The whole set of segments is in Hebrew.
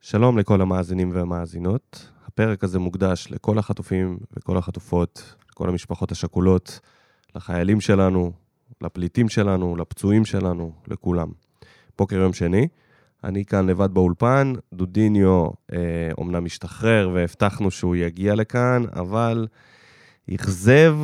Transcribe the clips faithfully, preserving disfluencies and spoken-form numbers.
שלום לכל המאזינים והמאזינות. הפרק הזה מוקדש לכל החטופים וכל החטופות, לכל המשפחות השכולות, לחיילים שלנו, לפליטים שלנו, לפצועים שלנו, לכולם. בוקר יום שני, אני כאן לבד באולפן, דודיניו אה, אומנם משתחרר והבטחנו שהוא יגיע לכאן, אבל יחזב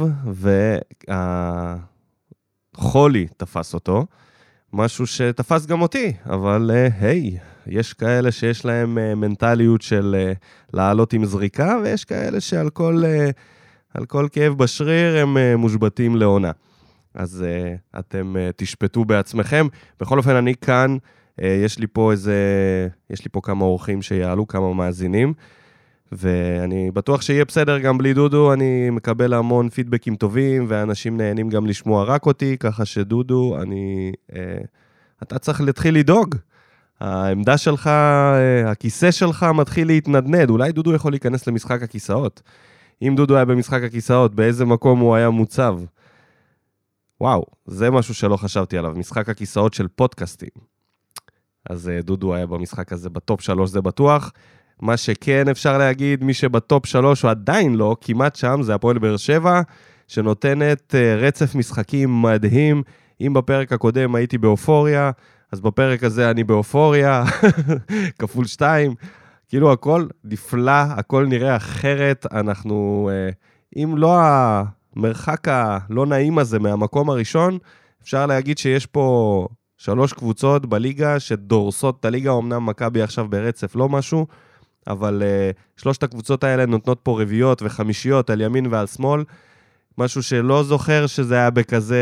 והחולי תפס אותו, משהו שתפס גם אותי, אבל היי, יש כאלה שיש להם מנטליות של לעלות עם זריקה, ויש כאלה שעל כל, על כל כאב בשריר הם מושבתים לעונה. אז אתם תשפטו בעצמכם. בכל אופן, אני כאן, יש לי פה איזה, יש לי פה כמה אורחים שיעלו, כמה מאזינים, ואני בטוח שיהיה בסדר גם בלי דודו, אני מקבל המון פידבקים טובים, ואנשים נהנים גם לשמוע רק אותי, ככה שדודו, אני, אה, אתה צריך להתחיל לדאוג. העמדה שלך, אה, הכיסא שלך מתחיל להתנדנד, אולי דודו יכול להיכנס למשחק הכיסאות. אם דודו היה במשחק הכיסאות, באיזה מקום הוא היה מוצב? וואו, זה משהו שלא חשבתי עליו, משחק הכיסאות של פודקאסטים. אז אה, דודו היה במשחק הזה בטופ שלוש, זה בטוח. מה שכן אפשר להגיד, מי שבטופ שלוש הוא עדיין לא, כמעט שם, זה הפועל באר שבע, שנותנת רצף משחקים מדהים. אם בפרק הקודם הייתי באופוריה, אז בפרק הזה אני באופוריה, כפול שתיים. כאילו הכל נפלא, הכל נראה אחרת. אנחנו, אם לא המרחק הלא נעים הזה מהמקום הראשון, אפשר להגיד שיש פה שלוש קבוצות בליגה שדורסות את הליגה, אמנם מכבי עכשיו ברצף לא משהו, אבל uh, שלושת הקבוצות האלה נותנות פה רביעיות וחמישיות על ימין ועל שמאל, משהו שלא זוכר שזה היה בכזה,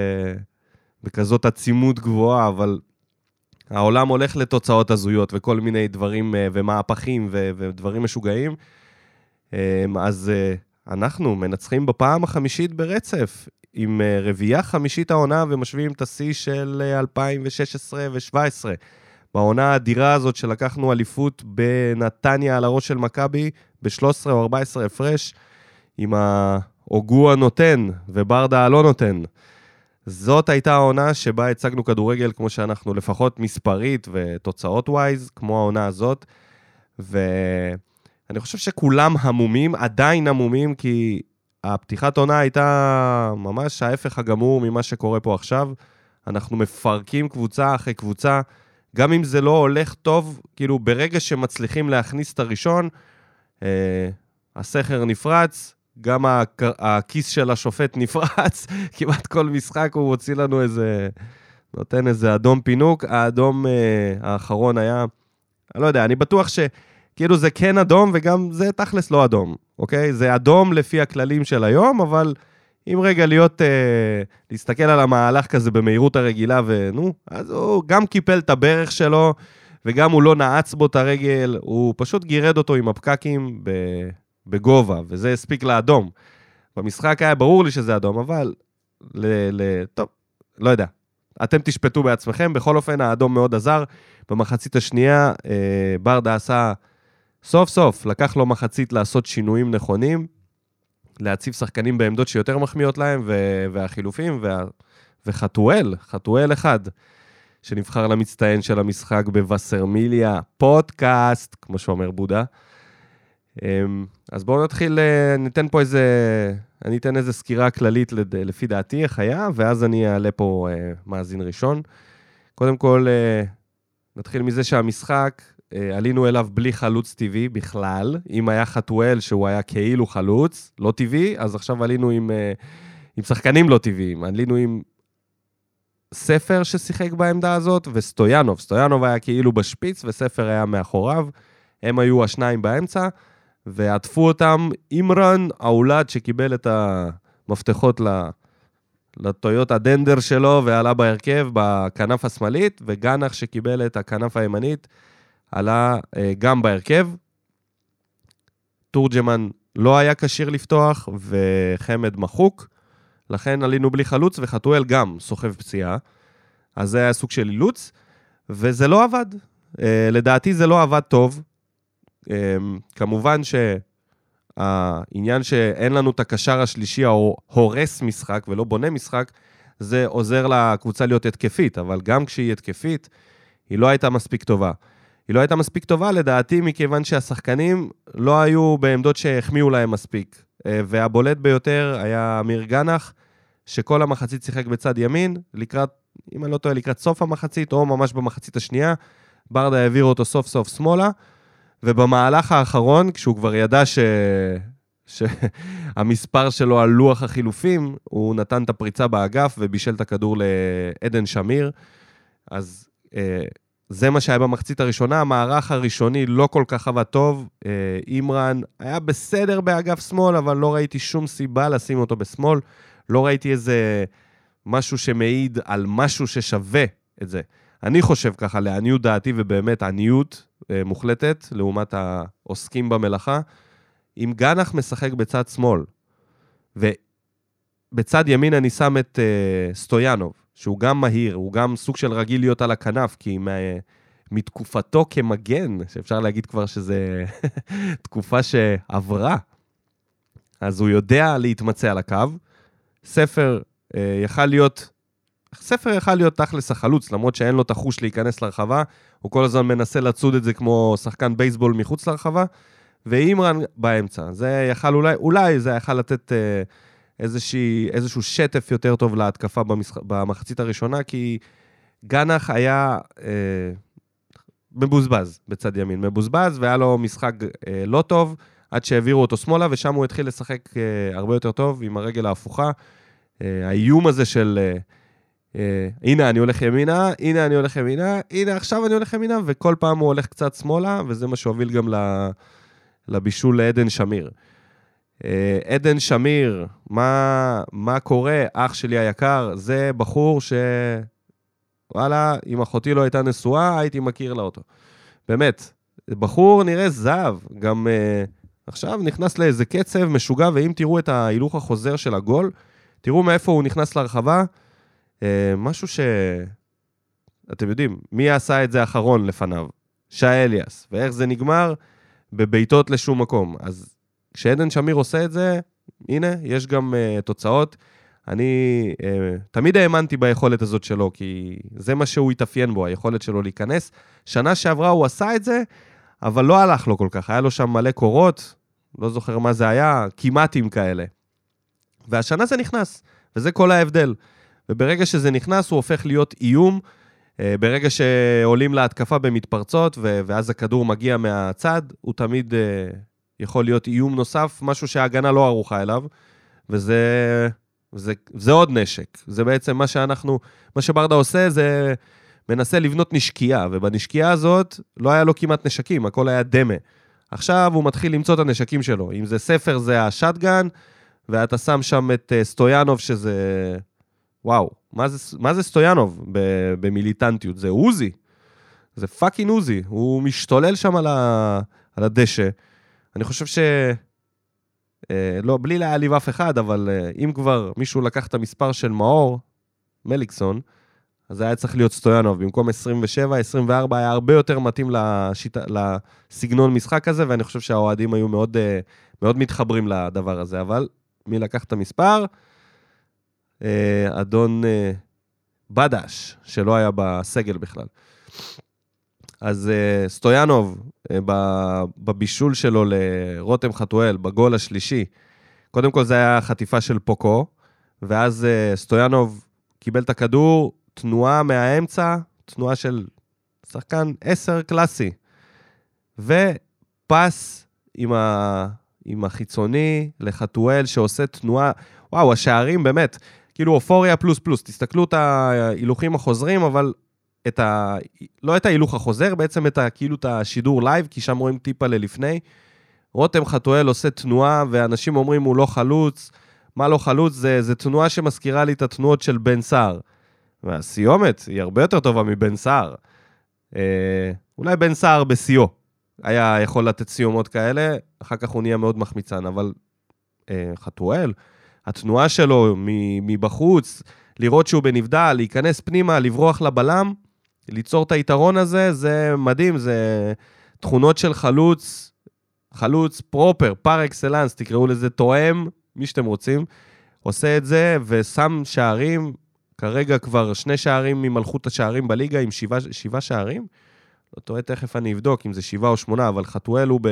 בכזאת עצימות גבוהה, אבל העולם הולך לתוצאות הזויות וכל מיני דברים uh, ומהפכים ו- ודברים משוגעים, um, אז uh, אנחנו מנצחים בפעם החמישית ברצף, עם uh, רביעייה חמישית העונה ומשווים את השיא של uh, אלפיים ושש עשרה ו-שבע עשרה, בעונה האדירה הזאת שלקחנו אליפות בנתניה על הראש של מכבי, ב-שלוש עשרה או ארבע עשרה הפרש, עם ההוגו הנותן וברדה הלא נותן. זאת הייתה העונה שבה הצגנו כדורגל כמו שאנחנו לפחות מספרית ותוצאות ווייז, כמו העונה הזאת, ואני חושב שכולם המומים, עדיין המומים, כי הפתיחת עונה הייתה ממש ההפך הגמור ממה שקורה פה עכשיו. אנחנו מפרקים קבוצה אחרי קבוצה, גם אם זה לא הולך טוב, כאילו ברגע שמצליחים להכניס את הראשון, אה, הסכר נפרץ, גם הכיס של השופט נפרץ, כמעט כל משחק הוא הוציא לנו איזה, נותן איזה אדום פינוק, האדום אה, האחרון היה, אני לא יודע, אני בטוח שכאילו זה כן אדום, וגם זה תכלס לא אדום, אוקיי? זה אדום לפי הכללים של היום, אבל אם רגע להיות, אה, להסתכל על המהלך כזה במהירות הרגילה, ונו, אז הוא גם קיפל את הברך שלו, וגם הוא לא נעץ בו את הרגל, הוא פשוט גירד אותו עם הפקקים בגובה, וזה הספיק לאדום. במשחק היה ברור לי שזה אדום, אבל, ל, ל, טוב, לא יודע. אתם תשפטו בעצמכם, בכל אופן האדום מאוד עזר. במחצית השנייה, אה, ברדה עשה סוף סוף, לקח לו מחצית לעשות שינויים נכונים, להציב שחקנים בעמדות שיותר מחמיאות להם, ו- והחילופים, וה- וחתואל, חתואל אחד, שנבחר למצטיין של המשחק בווסרמיליה, פודקאסט, כמו שאומר בודה. אז בואו נתחיל, ניתן פה איזה, אני אתן איזה סקירה כללית לפי דעתי, איך היה, ואז אני אעלה פה מאזין ראשון. קודם כל, נתחיל מזה שהמשחק, עלינו אליו בלי חלוץ טבעי בכלל, אם היה חתואל שהוא היה כאילו חלוץ, לא טבעי, אז עכשיו עלינו עם, עם שחקנים לא טבעיים, עלינו עם ספר ששיחק בעמדה הזאת, וסטויאנוב, סטויאנוב היה כאילו בשפיץ, וספר היה מאחוריו, הם היו השניים באמצע, ועטפו אותם אימרן, האולד שקיבל את המפתחות לטויוטה דנדר שלו, ועלה בהרכב בכנף השמאלית, וגנח שקיבל את הכנף הימנית, עלה גם בהרכב. תורג'מן לא היה קשיר לפתוח, וחמד מחוק, לכן עלינו בלי חלוץ, וחתואל גם סוחב פציעה, אז זה היה סוג של אילוץ, וזה לא עבד. לדעתי זה לא עבד טוב, כמובן שהעניין שאין לנו את הקשר השלישי, ההורס משחק ולא בונה משחק, זה עוזר לקבוצה להיות התקפית, אבל גם כשהיא התקפית, היא לא הייתה מספיק טובה. היא לא הייתה מספיק טובה, לדעתי, מכיוון שהשחקנים לא היו בעמדות שהחמיאו להם מספיק. והבולט ביותר היה אמיר גנח, שכל המחצית שיחק בצד ימין, לקראת, אם אני לא טועה, לקראת סוף המחצית, או ממש במחצית השנייה, ברדה העביר אותו סוף סוף שמאלה, ובמהלך האחרון, כשהוא כבר ידע ש... שהמספר שלו על לוח החילופים, הוא נתן את הפריצה באגף, ובישל את הכדור לעדן שמיר, אז זה מה שהיה במחצית הראשונה, המערך הראשוני לא כל כך עבד טוב, אימרן היה בסדר באגף שמאל, אבל לא ראיתי שום סיבה לשים אותו בשמאל, לא ראיתי איזה משהו שמעיד על משהו ששווה את זה. אני חושב ככה, לעניות דעתי, ובאמת עניות מוחלטת, לעומת העוסקים במלאכה, אם גנח משחק בצד שמאל, ובצד ימין אני שם את סטויאנוב, שהוא גם מהיר, הוא גם סוג של רגיל להיות על הכנף, כי מתקופתו כמגן, שאפשר להגיד כבר שזה תקופה שעברה, אז הוא יודע להתמצא על הקו. ספר יכל להיות, ספר יכל להיות תכלס החלוץ, למרות שאין לו תחוש להיכנס לרחבה, הוא כל הזמן מנסה לצוד את זה כמו שחקן בייסבול מחוץ לרחבה, ואימרן באמצע. זה יכל אולי, אולי זה יכל לתת איזושהי, איזשהו שטף יותר טוב להתקפה במשח... במחצית הראשונה, כי גנח היה אה, מבוזבז בצד ימין, מבוזבז, והיה לו משחק אה, לא טוב, עד שהעבירו אותו שמאלה, ושם הוא התחיל לשחק אה, הרבה יותר טוב, עם הרגל ההפוכה. אה, האיום הזה של, אה, אה, הנה אני הולך ימינה, הנה אני הולך ימינה, הנה עכשיו אני הולך ימינה, וכל פעם הוא הולך קצת שמאלה, וזה מה שהוביל גם לבישול לעדן שמיר. עדן שמיר, מה, מה קורה? אח שלי היקר, זה בחור ש... וואלה, אם אחותי לא הייתה נשואה, הייתי מכיר לה אותו. באמת, בחור נראה זהב, גם uh, עכשיו נכנס לאיזה קצב משוגע, ואם תראו את ההילוך החוזר של הגול, תראו מאיפה הוא נכנס לרחבה, uh, משהו ש... אתם יודעים, מי עשה את זה האחרון לפניו? שי אליאס, ואיך זה נגמר? בביתות לשום מקום. אז כשעדן שמיר עושה את זה, הנה, יש גם uh, תוצאות. אני uh, תמיד האמנתי ביכולת הזאת שלו, כי זה מה שהוא התאפיין בו, היכולת שלו להיכנס. שנה שעברה הוא עשה את זה, אבל לא הלך לו כל כך. היה לו שם מלא קורות, לא זוכר מה זה היה, כמעטים כאלה. והשנה זה נכנס, וזה כל ההבדל. וברגע שזה נכנס, הוא הופך להיות איום, uh, ברגע שעולים להתקפה במתפרצות, ו- ואז הכדור מגיע מהצד, הוא תמיד... Uh, יכול להיות איום נוסף, משהו שההגנה לא ערוכה אליו, וזה זה, זה עוד נשק. זה בעצם מה שאנחנו, מה שברדה עושה, זה מנסה לבנות נשקייה, ובנשקייה הזאת לא היה לו כמעט נשקים, הכל היה דמה. עכשיו הוא מתחיל למצוא את הנשקים שלו. אם זה ספר, זה השטגן, ואתה שם שם את סטויאנוב, שזה... וואו, מה זה, מה זה סטויאנוב במיליטנטיות? זה אוזי. זה פאקינג אוזי. הוא משתולל שם על, ה, על הדשא. אני חושב ש... אה, לא, בלי להעליב אף אחד, אבל אה, אם כבר מישהו לקח את המספר של מאור, מליקסון, אז היה צריך להיות סטויאנוב. במקום עשרים ושבע, עשרים וארבע, היה הרבה יותר מתאים לשיט... לסגנון משחק הזה, ואני חושב שהאוהדים היו מאוד, אה, מאוד מתחברים לדבר הזה. אבל מי לקח את המספר? אה, אדון אה, בדש, שלא היה בסגל בכלל. אז uh, סטויאנוב, uh, בבישול שלו לרותם חתואל, בגול השלישי, קודם כל זה היה חטיפה של פוקו, ואז uh, סטויאנוב קיבל את הכדור, תנועה מהאמצע, תנועה של שחקן עשר קלאסי, ופס עם, ה, עם החיצוני לחתואל שעושה תנועה, וואו, השערים באמת, כאילו אופוריה פלוס פלוס, תסתכלו את ההילוכים החוזרים, אבל... את ה... לא את ההילוך החוזר, בעצם את ה... כאילו את השידור לייב, כי שם רואים טיפה ללפני. רותם חתואל עושה תנועה, ואנשים אומרים הוא לא חלוץ. מה לא חלוץ? זה, זה תנועה שמזכירה לי את התנועות של בן סער. והסיומת היא הרבה יותר טובה מבן סער. אה, אולי בן סער בסיו. היה יכול לתת סיומות כאלה, אחר כך הוא נהיה מאוד מחמיצן, אבל אה, חתואל, התנועה שלו מבחוץ, לראות שהוא בנבדל, להיכנס פנימה, לברוח לבלם, ליצור את היתרון הזה, זה מדהים, זה תכונות של חלוץ, חלוץ פרופר, פר אקסלנס, תקראו לזה תואם, מי שאתם רוצים, עושה את זה ושם שערים, כרגע כבר שני שערים ממלכות השערים בליגה עם שבעה, שבעה שערים, טועה, תכף אני אבדוק אם זה שבעה או שמונה, אבל חתואל הוא ב...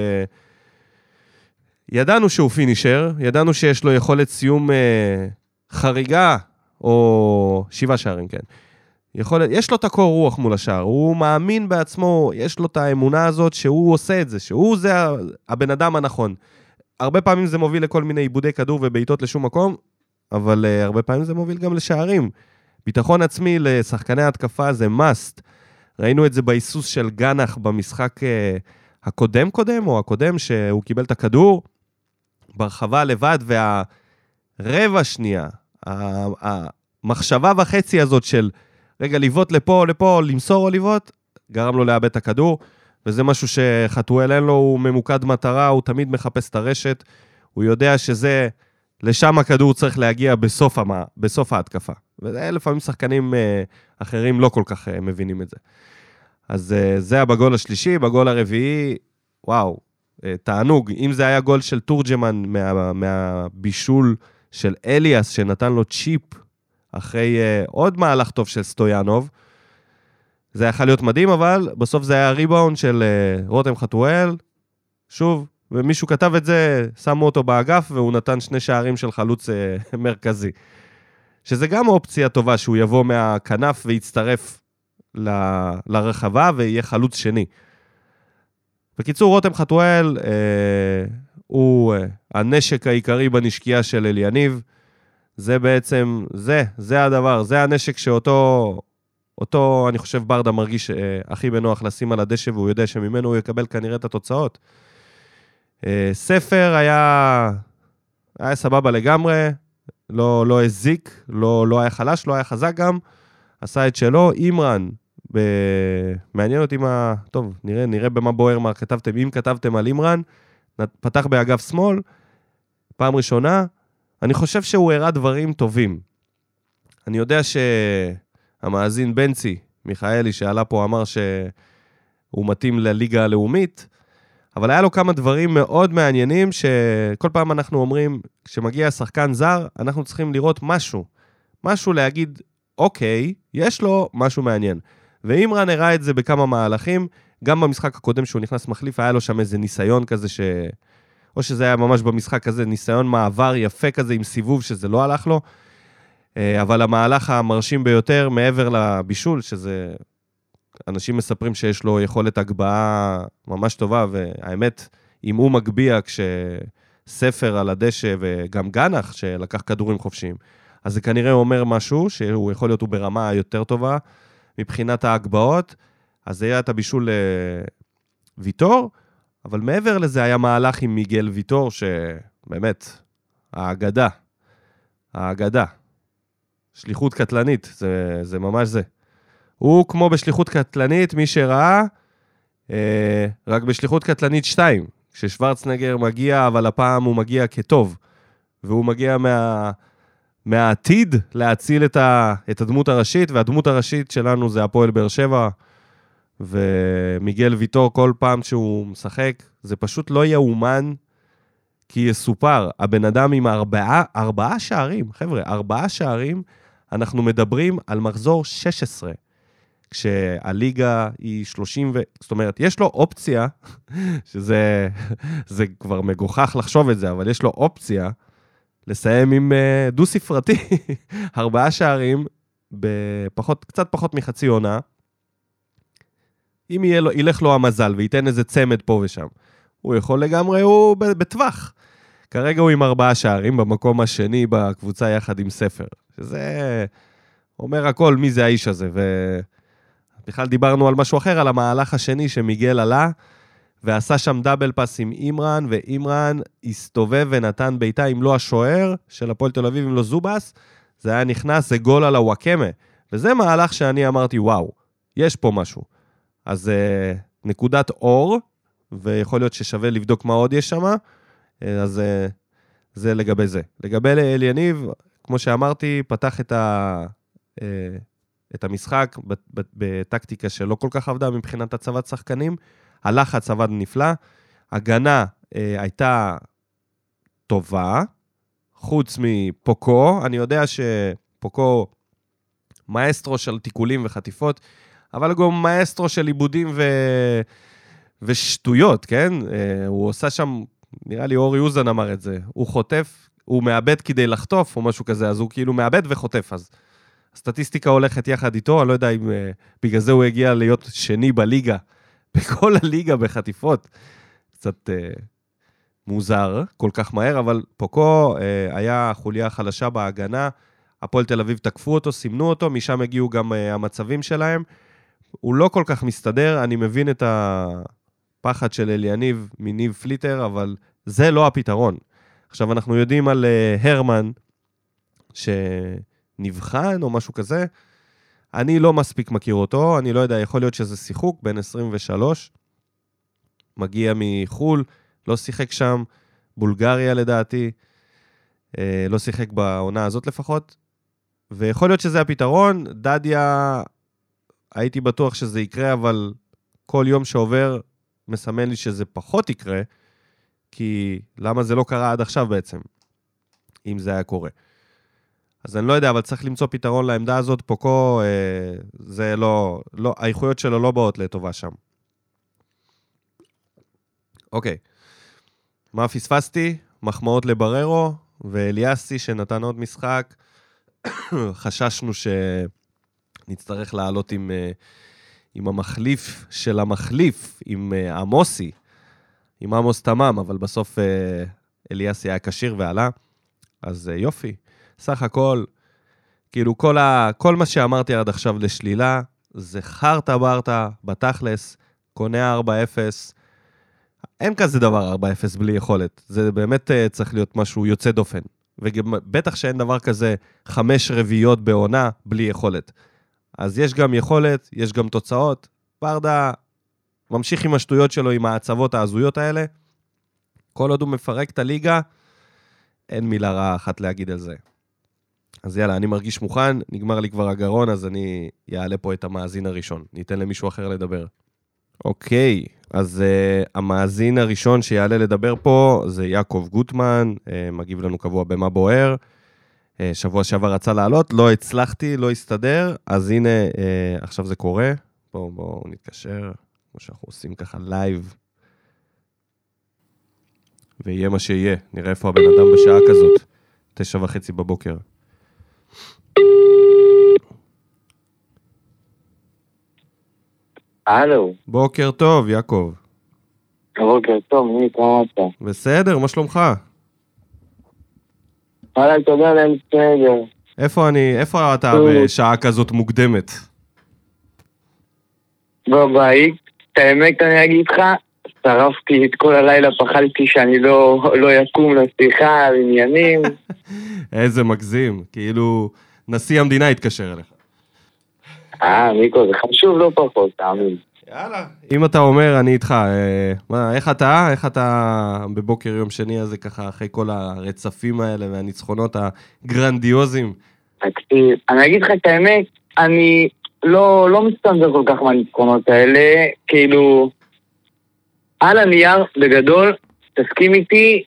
ידענו שהוא פינישר, ידענו שיש לו יכולת סיום אה, חריגה, או שבעה שערים, כן. יכול... יש לו את הקור רוח מול השער, הוא מאמין בעצמו, יש לו את האמונה הזאת שהוא עושה את זה, שהוא זה הבן אדם הנכון. הרבה פעמים זה מוביל לכל מיני עיבודי כדור ובעיטות לשום מקום, אבל uh, הרבה פעמים זה מוביל גם לשערים. ביטחון עצמי לשחקני ההתקפה זה must. ראינו את זה בהיסוס של גנח במשחק uh, הקודם קודם, או הקודם שהוא קיבל את הכדור, ברחבה לבד, והרבע שנייה, המחשבה וחצי הזאת של רגע ליוות לפה או לפה, למסור או ליוות, גרם לו לאבד את הכדור, וזה משהו שחתואל אין לו, הוא ממוקד מטרה, הוא תמיד מחפש את הרשת, הוא יודע שזה, לשם הכדור צריך להגיע בסוף, המה, בסוף ההתקפה. ולפעמים שחקנים אחרים לא כל כך מבינים את זה. אז זה היה בגול השלישי, בגול הרביעי, וואו, תענוג. אם זה היה גול של תורג'מן מה, מהבישול של אליאס, שנתן לו צ'יפ, אחרי uh, עוד מהלך טוב של סטויאנוב, זה יכול להיות מדהים, אבל בסוף זה היה ריבאונד של uh, רותם חתואל, שוב, ומישהו כתב את זה, שמו אותו באגף, והוא נתן שני שערים של חלוץ uh, מרכזי. שזה גם אופציה טובה, שהוא יבוא מהכנף ויצטרף ל... לרחבה, ויהיה חלוץ שני. בקיצור, רותם חתואל, uh, הוא uh, הנשק העיקרי בנשקייה של אליניב, זה בעצם, זה, זה הדבר, זה הנשק שאותו, אותו, אני חושב, ברדה מרגיש אה, הכי בנוח לשים על הדשא, והוא יודע שממנו הוא יקבל כנראה את התוצאות. אה, ספר היה, היה סבבה לגמרי, לא, לא הזיק, לא, לא היה חלש, לא היה חזק גם, עשה את שלו. אימרן, ב... מעניין אותי מה, טוב, נראה, נראה במה בוער מה כתבתם, אם כתבתם על אימרן, פתח באגף שמאל, פעם ראשונה, אני חושב שהוא הראה דברים טובים. אני יודע שהמאזין בנצי, מיכאלי, שעלה פה, אמר שהוא מתאים לליגה הלאומית, אבל היה לו כמה דברים מאוד מעניינים, שכל פעם אנחנו אומרים, כשמגיע שחקן זר, אנחנו צריכים לראות משהו. משהו להגיד, אוקיי, יש לו משהו מעניין. ואימרן הראה את זה בכמה מהלכים, גם במשחק הקודם שהוא נכנס מחליף, היה לו שם איזה ניסיון כזה ש... או שזה היה ממש במשחק הזה, ניסיון מעבר יפה כזה עם סיבוב שזה לא הלך לו, אבל המהלך המרשים ביותר מעבר לבישול, שזה אנשים מספרים שיש לו יכולת הגבהה ממש טובה, והאמת, אם הוא מגביע כשספר על הדשא וגם גנח שלקח כדורים חופשיים, אז זה כנראה אומר משהו שהוא יכול להיות הוא ברמה יותר טובה מבחינת ההגבהות, אז זה היה את הבישול ויטור, אבל מעבר לזה היה מהלך עם מיגל ויטור, שבאמת, האגדה, האגדה, שליחות קטלנית, זה, זה ממש זה. הוא כמו בשליחות קטלנית, מי שראה, אה, רק בשליחות קטלנית שתיים, כששוורצנגר מגיע, אבל הפעם הוא מגיע כטוב, והוא מגיע מה, מהעתיד להציל את, ה, את הדמות הראשית, והדמות הראשית שלנו זה הפועל באר שבע, ומיגל ויטור כל פעם שהוא משחק, זה פשוט לא יאומן, כי יסופר, הבן אדם עם ארבעה, ארבעה שערים, חבר'ה, ארבעה שערים, אנחנו מדברים על מחזור שש עשרה, כשהליגה היא שלושים, ו... זאת אומרת, יש לו אופציה, שזה זה כבר מגוחך לחשוב את זה, אבל יש לו אופציה לסיים עם uh, דו ספרתי, ארבעה שערים, בפחות, קצת פחות מחצי עונה, אם לו, ילך לו המזל וייתן איזה צמד פה ושם, הוא יכול לגמרי, הוא בטווח. כרגע הוא עם ארבעה שערים במקום השני בקבוצה יחד עם ספר. שזה אומר הכל מי זה האיש הזה. ובכלל דיברנו על משהו אחר, על המהלך השני שמיגל עלה, ועשה שם דאבל פס עם אימרן, ואימרן הסתובב ונתן ביתה, אם לא השוער של הפועל תל אביב, אם לא זובס, זה היה נכנס, זה גול על הוואקמה. וזה מהלך שאני אמרתי, וואו, יש פה משהו. אז uh, נקודת אור, ויכול להיות ששווה לבדוק מה עוד יש שם, אז uh, זה לגבי זה. לגבי אליניב, כמו שאמרתי, פתח את, ה, uh, את המשחק בטקטיקה שלא כל כך עבדה מבחינת הצבת שחקנים, הלחץ עבד נפלא, הגנה uh, הייתה טובה, חוץ מפוקו, אני יודע שפוקו מאסטרו של תיקולים וחטיפות, אבל גם מאסטרו של עיבודים ו... ושטויות, כן? הוא עושה שם, נראה לי אורי אוזן אמר את זה, הוא חוטף, הוא מאבד כדי לחטוף או משהו כזה, אז הוא כאילו מאבד וחוטף, אז הסטטיסטיקה הולכת יחד איתו, אני לא יודע אם בגלל זה הוא הגיע להיות שני בליגה, בכל הליגה בחטיפות, קצת uh, מוזר, כל כך מהר, אבל פוקו uh, היה חוליה חלשה בהגנה, הפועל תל אביב תקפו אותו, סימנו אותו, משם הגיעו גם uh, המצבים שלהם, הוא לא כל כך מסתדר, אני מבין את הפחד של אליניב מניב פליטר, אבל זה לא הפתרון. עכשיו אנחנו יודעים על uh, הרמן, שנבחן או משהו כזה, אני לא מספיק מכיר אותו, אני לא יודע, יכול להיות שזה שיחוק, בין עשרים ושלוש, מגיע מחול, לא שיחק שם, בולגריה לדעתי, אה, לא שיחק בעונה הזאת לפחות, ויכול להיות שזה הפתרון, דדיה, הייתי בטוח שזה יקרה, אבל כל יום שעובר מסמן לי שזה פחות יקרה, כי למה זה לא קרה עד עכשיו בעצם, אם זה היה קורה. אז אני לא יודע, אבל צריך למצוא פתרון לעמדה הזאת, פוקו, אה, זה לא, לא, האיכויות שלו לא באות לטובה שם. אוקיי. מה פספסתי? מחמאות לבררו, ואליאסי שנתן עוד משחק. חששנו שנצטרך לעלות עם, עם המחליף של המחליף, עם עמוסי, עם עמוס תמם, אבל בסוף אליאסי היה קשיר ועלה. אז יופי. סך הכל, כאילו כל, ה, כל מה שאמרתי עד עכשיו לשלילה, זה חרטה ברטה, בתכלס, קונה ארבע אפס, אין כזה דבר ארבע אפס בלי יכולת, זה באמת uh, צריך להיות משהו יוצא דופן, ובטח שאין דבר כזה חמש רביעיות בעונה בלי יכולת. אז יש גם יכולת, יש גם תוצאות, ברדה ממשיך עם השטויות שלו, עם העצבות העזויות האלה, כל עוד הוא מפרק את הליגה, אין מילה רעה אחת להגיד על זה. אז יאללה, אני מרגיש מוכן, נגמר לי כבר הגרון, אז אני יעלה פה את המאזין הראשון. ניתן למישהו אחר לדבר. אוקיי, אז uh, המאזין הראשון שיעלה לדבר פה, זה יעקב גוטמן, uh, מגיב לנו קבוע במה בוער. Uh, שבוע שעבר רצה לעלות, לא הצלחתי, לא הסתדר, אז הנה, uh, עכשיו זה קורה. בואו בוא, נתקשר, כמו שאנחנו עושים ככה לייב. ויהיה מה שיהיה, נראה איפה הבן אדם בשעה כזאת. תשע וחצי בבוקר. הלו. בוקר טוב, יעקב. בוקר טוב, מי קראת? בסדר, מה שלומך? וואלה, תודה להם בסדר. איפה אני, איפה אתה בשעה כזאת מוקדמת? בבית, את האמת אני אגיד לך, שרפתי את כל הלילה, פחדתי שאני לא, לא יקום לשיחה על עניינים. איזה מגזים, כאילו נשיא המדינה התקשר אליך. אה, מיקו, זה חשוב לא פחות, תאמין. יאללה. אם אתה אומר, אני איתך. אה, מה, איך אתה? איך אתה בבוקר יום שני הזה ככה, אחרי כל הרצפים האלה והניצחונות הגרנדיוזיים? אני אגיד לך את האמת, אני לא, לא מסתנדר כל כך מהניצחונות האלה, כאילו, על הנייר, בגדול, תסכים איתי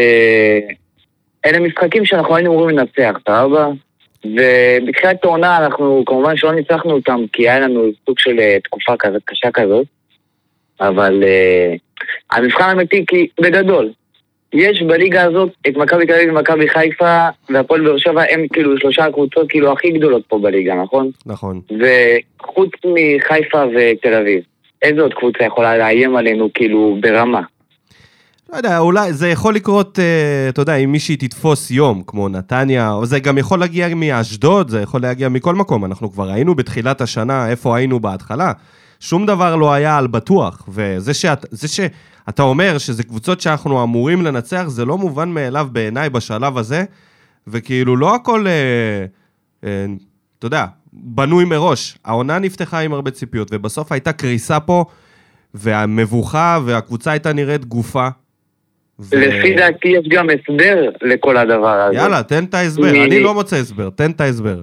שאלה משחקים שאנחנו היינו אמורים לנצח, סבבה? ובתחילת העונה אנחנו כמובן שלא ניצחנו אותם כי היה לנו סוג של תקופה כזאת, קשה כזאת, אבל uh, המבחן האמיתי כי בגדול יש בליגה הזאת את מכבי תל אביב ומכבי חיפה והפועל באר שבע הם כאילו שלושה הקבוצות כאילו הכי גדולות פה בליגה, נכון? נכון. וחוץ מחיפה ותל אביב איזו עוד קבוצה יכולה לאיים עלינו כאילו ברמה? לא יודע, אולי זה יכול לקרות, אתה יודע, אם מישהי תתפוס יום, כמו נתניה, או זה גם יכול להגיע מאשדוד, זה יכול להגיע מכל מקום, אנחנו כבר היינו בתחילת השנה, איפה היינו בהתחלה, שום דבר לא היה על בטוח, וזה שאת, זה שאתה אומר שזה קבוצות שאנחנו אמורים לנצח, זה לא מובן מאליו בעיניי בשלב הזה, וכאילו לא הכל, אה, אה, אתה יודע, בנוי מראש, העונה נפתחה עם הרבה ציפיות, ובסוף הייתה קריסה פה, והמבוכה, והקבוצה הייתה נראית גופה, ו... לפי דעתי יש גם הסבר לכל הדבר הזה. יאללה, תן את ההסבר, מ... אני לא מוצא הסבר, תן את ההסבר.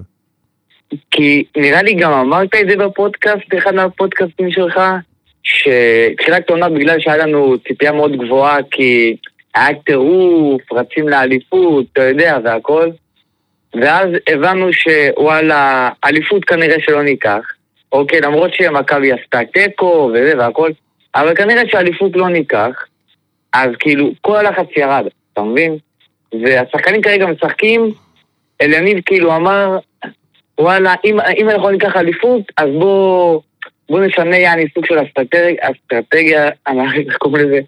כי נראה לי גם אמרת את זה בפודקאסט, אחד מהפודקאסטים שלך, שתחילת העונה בגלל שהיה לנו ציפייה מאוד גבוהה, כי היה טירוף, רצים לאליפות, אתה יודע, והכל, ואז הבנו שוואלה, אליפות כנראה שלא ניקח, אוקיי, למרות שמכבי עשתה טקו וזה והכל, אבל כנראה שהאליפות לא ניקח, אז כאילו, כל הלחץ ירד, אתה מבין? והשחקנים כרגע משחקים, אליניב כאילו אמר, וואלה, אם, אם אנחנו ניקח אליפות, אז בוא, בוא נשנה יעני סוג של אסטרטגיה, אסטרטגיה, אני איך קוראים לזה,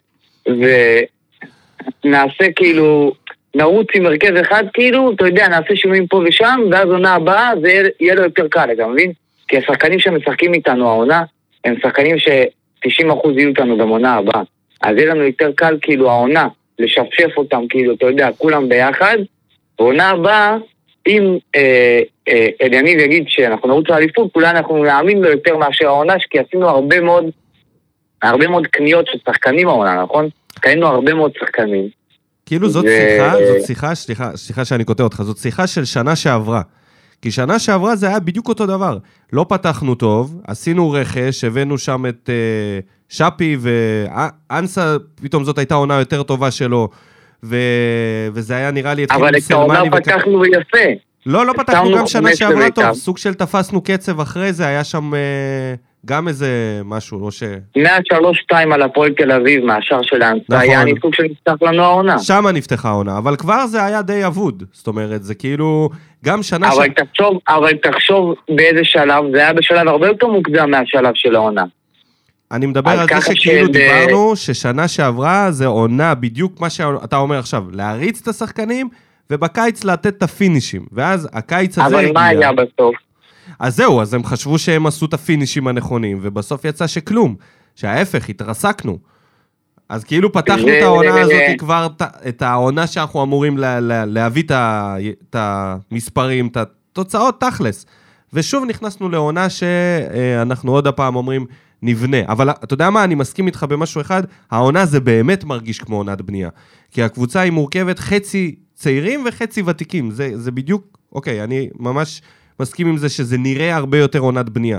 ונעשה כאילו, נרוץ עם מרכז אחד, כאילו, אתה יודע, נעשה שינויים פה ושם, ואז עונה הבאה, זה יהיה, יהיה לו יותר קל, אתה מבין? כי השחקנים שמשחקים איתנו העונה, הם שחקנים ש-תשעים אחוז יהיו איתנו גם עונה הבאה. אז יהיה לנו יותר קל, כאילו, העונה, לשפשף אותם, כאילו, אתה יודע, כולם ביחד, ועונה הבאה, אם אה, אה, אליניב יגיד שאנחנו נרוץ לאליפות, כולנו אנחנו נאמין לו יותר מאשר העונה, כי עשינו הרבה מאוד, הרבה מאוד קניות של שחקנים העונה, נכון? קנינו הרבה מאוד שחקנים. כאילו זאת שיחה, זאת שיחה, סליחה, סליחה שאני קוטע אותך, זאת שיחה של שנה שעברה. כי שנה שעברה זה היה בדיוק אותו דבר. לא פתחנו טוב, עשינו רכש, הבאנו שם את uh, שפי ואנסה, פתאום זאת הייתה עונה יותר טובה שלו, ו... וזה היה נראה לי... אבל את העונה פתחנו וכ... ויפה. לא, לא פתחנו גם שנה שעברה טוב, סוג של תפסנו קצב אחרי זה, היה שם... Uh... גם איזה משהו, לא ש... מאה שלוש שתיים על הפועל תל אביב, מהשאר שלנו. נכון. זה היה ניסוק שנפתח לנו העונה. שמה נפתחה העונה, אבל כבר זה היה די אבוד. זאת אומרת, זה כאילו... גם שנה... אבל ש... תחשוב, אבל תחשוב באיזה שלב, זה היה בשלב הרבה יותר מוקדם מהשלב של העונה. אני מדבר על זה שכאילו ש... דיברנו, ששנה שעברה זה עונה בדיוק מה שאתה אומר עכשיו, להריץ את השחקנים, ובקיץ לתת את הפינישים. ואז הקיץ הזה... אבל מה היה בסוף? אז זהו, אז הם חשבו שהם עשו את הפינישים הנכונים, ובסוף יצא שכלום, שההפך, התרסקנו. אז כאילו פתחנו את העונה הזאת כבר, את העונה שאנחנו אמורים להביא את המספרים, את התוצאות תכלס. ושוב נכנסנו לעונה שאנחנו עוד הפעם אומרים נבנה. אבל אתה יודע מה, אני מסכים איתך במשהו אחד, העונה זה באמת מרגיש כמו עונת בנייה. כי הקבוצה היא מורכבת חצי צעירים וחצי ותיקים. זה, זה בדיוק, אוקיי, אני ממש... מסכים עם זה שזה נראה הרבה יותר עונת בנייה.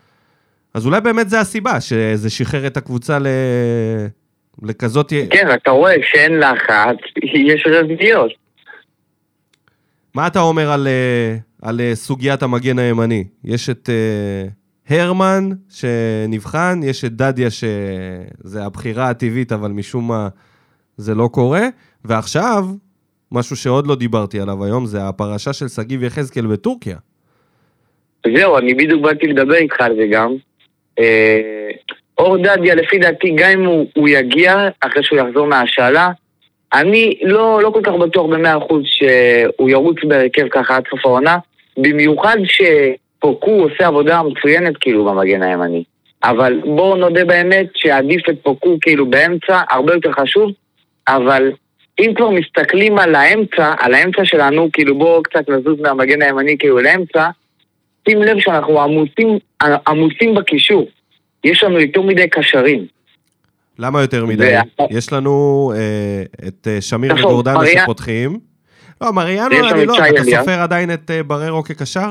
אז אולי באמת זה הסיבה, שזה שחרר את הקבוצה ל... לכזאת... כן, אתה רואה שאין לחץ, יש רזגיות. מה אתה אומר על, על סוגיית המגן הימני? יש את uh, הרמן שנבחן, יש את דדיה שזה הבחירה הטבעית, אבל משום מה זה לא קורה, ועכשיו, משהו שעוד לא דיברתי עליו היום, זה הפרשה של סגיב יחזקאל בטורקיה. זהו, אני בדיוק באתי לדבר איתך על זה גם. אור דדיה, לפי דעתי, גם אם הוא, הוא יגיע, אחרי שהוא יחזור מהשאלה, אני לא, לא כל כך בטוח במאה אחוז שהוא ירוץ בהרכב ככה עד סוף העונה, במיוחד שפוקו עושה עבודה מצוינת כאילו במגן הימני. אבל בואו נודה באמת שעדיף את פוקו כאילו באמצע, הרבה יותר חשוב, אבל אם כבר מסתכלים על האמצע, על האמצע שלנו, כאילו בואו קצת נזוז מהמגן הימני כאילו לאמצע, שים לב שאנחנו עמוסים, עמוסים בקישור. יש לנו יותר מדי קשרים. למה יותר מדי? יש לנו אה, את שמיר וגורדנה מריה... שפותחים. לא, מריאנו, אני לא, אתה סופר עדיין את אה, בררו כקשר?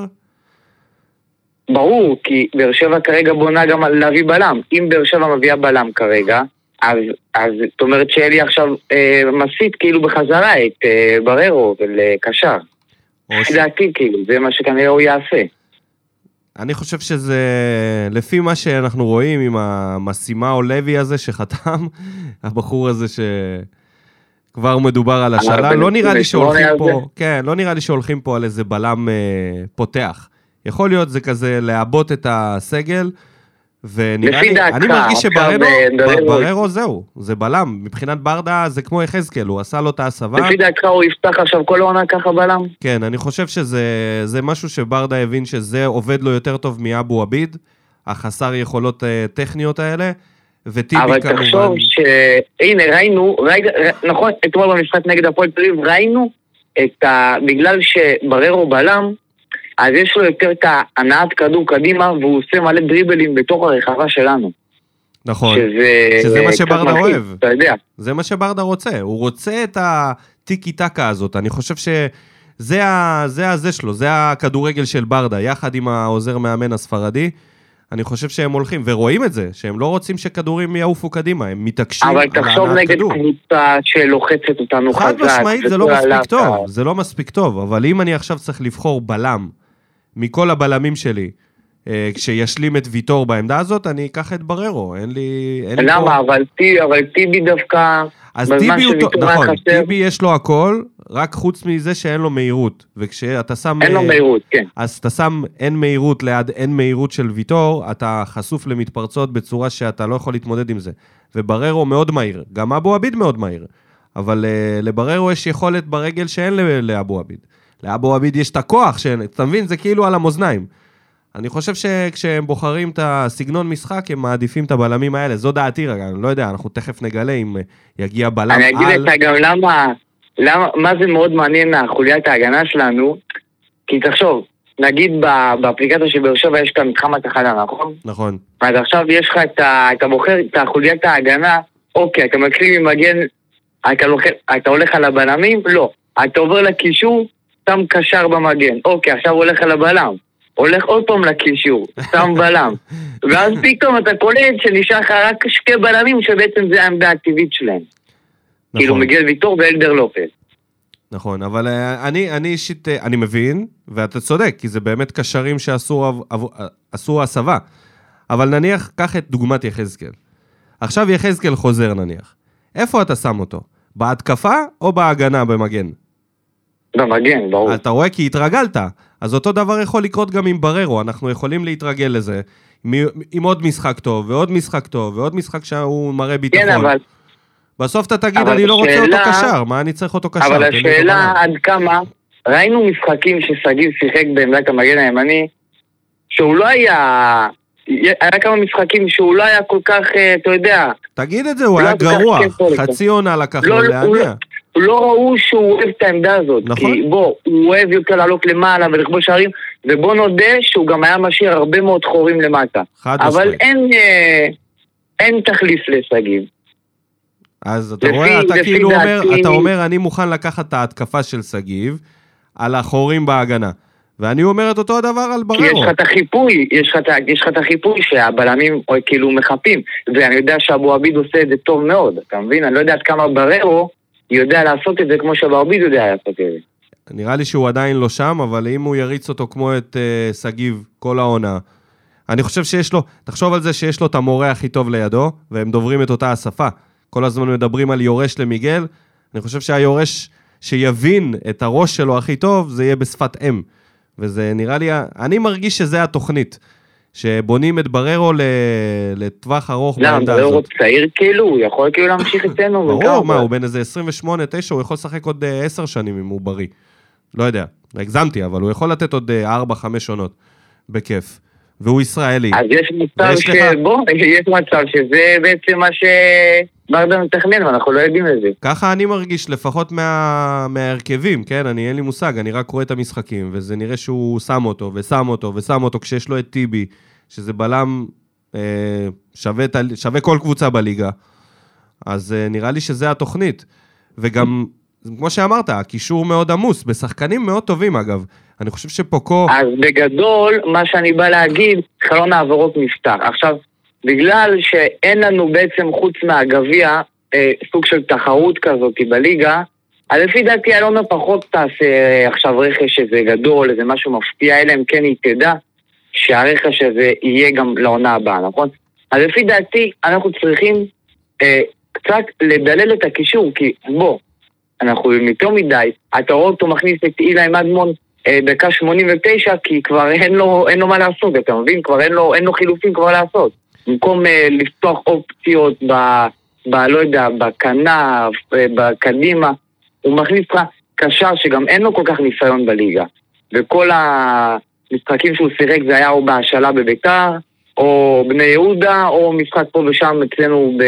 ברור, כי באר שבע כרגע בונה גם להביא בלם. אם באר שבע מביאה בלם כרגע, אז, אז זאת אומרת שאלי עכשיו אה, מסית כאילו בחזרה את אה, בררו ולקשר. לדעתי כאילו, זה מה שכנראה הוא יעשה. אני חושב שזה, לפי מה שאנחנו רואים עם המשימה או לוי הזה שחתם, הבחור הזה שכבר מדובר על השאלה, לא נראה לי שהולכים פה, כן, לא נראה לי שהולכים פה על איזה בלם אה, פותח. יכול להיות זה כזה לעבות את הסגל, ונראה לי, אני מרגיש שבררו זהו, זה בלם, מבחינת ברדה זה כמו יחזקאל, הוא עשה לו את ההסבה. לפי דעתך הוא יפתח עכשיו כל העונה ככה בלם? כן, אני חושב שזה משהו שברדה הבין שזה עובד לו יותר טוב מאבו עביד, החסר יכולות טכניות האלה, וטיבי כמובן. אבל תחשוב ש... הנה, ראינו, נכון, אתמול במשחק נגד הפועל תל אביב, ראינו את ה... בגלל שבררו בלם, אז יש לו יותר את הנעת כדור קדימה, והוא עושה מלא דריבלים בתוך הרחבה שלנו. נכון, שזה, שזה מה שברדה אוהב. אתה יודע. זה מה שברדה רוצה. הוא רוצה את הטיקי טקה הזאת. אני חושב שזה ה, זה הזה שלו, זה הכדורגל של ברדה, יחד עם העוזר מאמן הספרדי. אני חושב שהם הולכים, ורואים את זה, שהם לא רוצים שכדורים יעופו קדימה, הם מתעקשים על הענת כדור. אבל תחשוב נגד קבוצה שלוחצת אותנו חזק. חד משמעית, זה לא מספיק טוב, זה לא מספיק טוב, אבל אם אני עכשיו צריך לבחור בלם, מכל הבלמים שלי, כשישלים את ויטור בעמדה הזאת, אני אקח את בררו, אין לי... למה? אבל טיבי דווקא... אז טיבי הוא... נכון, טיבי יש לו הכל, רק חוץ מזה שאין לו מהירות, וכשאתה שם... אין לו מהירות, כן. אז אתה שם אין מהירות ליד אין מהירות של ויטור, אתה חשוף למתפרצות בצורה שאתה לא יכול להתמודד עם זה. ובררו מאוד מהיר, גם אבו עביד מאוד מהיר, אבל לבררו יש יכולת ברגל שאין לאבו עביד. לאבו עביד יש את הכוח, אתה מבין? זה כאילו על המאזניים. אני חושב שכשהם בוחרים את הסגנון משחק, הם מעדיפים את הבלמים האלה. זו דעתי רגע, אני לא יודע, אנחנו תכף נגלה אם יגיע בלם על... אני אגיד לך גם למה, למה, מה זה מאוד מעניין מהחוליית ההגנה שלנו, כי תחשוב, נגיד באפליקציה של באר שבע יש כאן מתחם התחנה, נכון? נכון. אז עכשיו יש לך את ה... אתה בוחר את החוליית ההגנה, אוקיי, אתה מתחיל ממגן, אתה, לוח... אתה הולך על הבלמים? לא. אתה עובר לקישור, שם קשר במגן. אוקיי, עכשיו הולך על הבלם. הולך עוד פעם לקישור, שם בלם. ואז פתאום אתה קולט שנשאר לך רק שתי בלמים שבעצם זה העמדה הטבעית שלהם. נכון. כאילו מיגל ויטור ואלדר לופז. נכון, אבל אני, אני אישית, אני מבין, ואתה צודק, כי זה באמת קשרים שעשו הסבה. אבל נניח, קח את דוגמת יחזקאל. עכשיו יחזקאל חוזר נניח. איפה אתה שם אותו? בהתקפה או בהגנה במגן? במגן, ברור. אתה רואה כי התרגלת. אז אותו דבר יכול לקרות גם עם בררו, אנחנו יכולים להתרגל לזה, עם עוד משחק טוב, ועוד משחק טוב, ועוד משחק שהוא מראה ביטחון. כן, אבל... בסוף אתה תגיד, אני לא רוצה אותו קשר, מה אני צריך אותו קשר? אבל השאלה עד כמה, ראינו משחקים שסגיב שיחק בעמדת המגן הימני, שהוא לא היה... היה כמה משחקים שהוא לא היה כל כך, אתה יודע... תגיד את זה, הוא היה גרוע, חצי עונה לקח לו להניע. לא ראו שהוא אוהב את העמדה הזאת, נכון. כי בוא, הוא אוהב יותר לעלות למעלה ולכבוש שערים, ובוא נודה שהוא גם היה משאיר הרבה מאוד חורים למטה. אבל אין, אה, אין תחליף לסגיב. אז אתה לפי, רואה, אתה כאילו אומר, דעתי... אתה אומר, אני מוכן לקחת את ההתקפה של סגיב, על החורים בהגנה. ואני אומר את אותו הדבר על בררו. כי יש לך את החיפוי, יש לך, יש לך את החיפוי שהבלמים כאילו מחפים, ואני יודע שאבו עביד עושה את זה טוב מאוד, אתה מבין? אני לא יודע עד כמה בררו, יודע לעשות את זה כמו שברביד יודע לעשות את זה. נראה לי שהוא עדיין לא שם, אבל אם הוא יריץ אותו כמו את uh, סגיב כל העונה, אני חושב שיש לו, תחשוב על זה שיש לו את המורה הכי טוב לידו, והם דוברים את אותה השפה. כל הזמן מדברים על יורש למיגל, אני חושב שהיורש שיבין את הראש שלו הכי טוב, זה יהיה בשפת אם. וזה נראה לי, אני מרגיש שזה התוכנית. שבונים את בררו לטווח ארוך בעמדה הזאת. למה, בררו צעיר כאילו? הוא יכול כאילו להמשיך אצלנו? ברור, מה, הוא בין איזה עשרים ושמונה תשע, הוא יכול לשחק עוד עשר שנים אם הוא בריא. לא יודע, הגזמתי, אבל הוא יכול לתת עוד ארבע חמש עונות בכיף. והוא ישראלי. אז יש מצב ש... בוא, יש מצב שזה בעצם מה שברדה מתכנן, ואנחנו לא יודעים את זה. ככה אני מרגיש, לפחות מההרכבים, כן? אני אין לי מושג, אני רק רואה את המשחקים, וזה נראה שהוא שם אותו, ושם אותו, ושם אותו, כשיש לו את טיבי, שזה בלם אה, שווה, שווה כל קבוצה בליגה. אז אה, נראה לי שזה התוכנית. וגם, כמו שאמרת, הקישור מאוד עמוס, בשחקנים מאוד טובים אגב. אני חושב שפוקו... אז בגדול, מה שאני בא להגיד, חלון העברות נפתח. עכשיו, בגלל שאין לנו בעצם חוץ מהגביע, אה, סוג של תחרות כזאת בליגה, אז לפי דעתי אלונה פחות תעשה עכשיו רכש שזה גדול, איזה משהו מפתיע, אלא אם כן היא תדע שהרכש הזה יהיה גם לעונה הבאה, נכון? אז לפי דעתי אנחנו צריכים אה, קצת לדלל את הקישור, כי בוא, אנחנו יותר מדי, אתה רואה אותו מכניס את אילי מדמון אה, דקה שמונים ותשע, כי כבר אין לו, אין לו מה לעשות, אתה מבין? כבר אין לו, אין לו חילופים כבר לעשות. במקום אה, לפתוח אופציות ב, ב, לא יודע, בכנף, אה, בקדימה, הוא מכניס לך קשר שגם אין לו כל כך ניסיון בליגה. וכל המשחקים שהוא שיחק זה היה או בהשאלה בביתר, או בני יהודה, או משחק פה ושם אצלנו ב...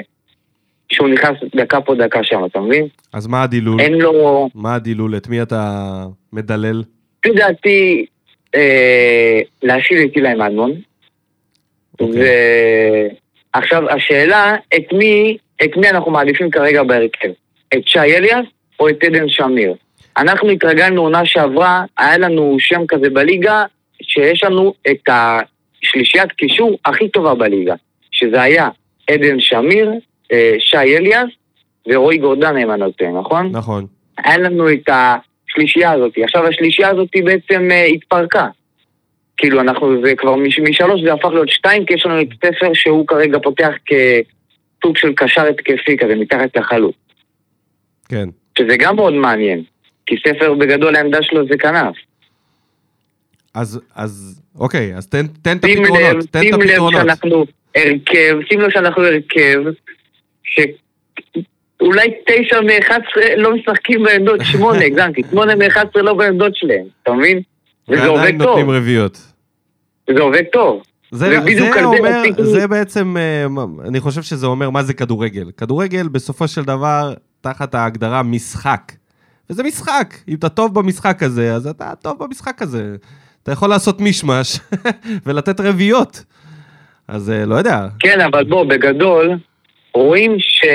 שהוא נכנס דקה פה דקה שם, אתה מבין? אז מה הדילול? אין לו... מה הדילול? את מי אתה מדלל? לדעתי, אה, להשאיל את אילי מדמון. אוקיי. ועכשיו השאלה, את מי, את מי אנחנו מעדיפים כרגע בהרכב? את שי אליאס או את עדן שמיר? אנחנו התרגלנו עונה שעברה, היה לנו שם כזה בליגה, שיש לנו את השלישיית קישור הכי טובה בליגה, שזה היה עדן שמיר, שי אליאס ורועי גורדן הם הנותן, נכון? נכון. היה לנו את השלישייה הזאת. עכשיו השלישייה הזאת בעצם התפרקה. כאילו אנחנו, זה כבר משלוש זה הפך להיות שתיים, כי יש לנו את ספר שהוא כרגע פותח כסוג של קשר התקפי כזה, מתחת לחלוץ. כן. שזה גם מאוד מעניין, כי ספר בגדול העמדה שלו זה כנף. אז, אז, אוקיי, אז תן, תן את הפתרונות, תן את הפתרונות. שים לב שאנחנו הרכב, שים לב שאנחנו הרכב, שאולי תשע מאחת עשרה לא משחקים בעמדות, שמונה, הגזמתי, שמונה מאחת עשרה לא בעמדות שלהם, אתה מבין? וזה עובד טוב. נותנים רביעיות. זה עובד טוב. זה, זה אומר, זה בעצם, אני חושב שזה אומר מה זה כדורגל. כדורגל בסופו של דבר, תחת ההגדרה משחק. וזה משחק. אם אתה טוב במשחק הזה, אז אתה טוב במשחק הזה. אתה יכול לעשות משמש ולתת רביעיות. אז לא יודע. כן, אבל בוא, בגדול, רואים ש...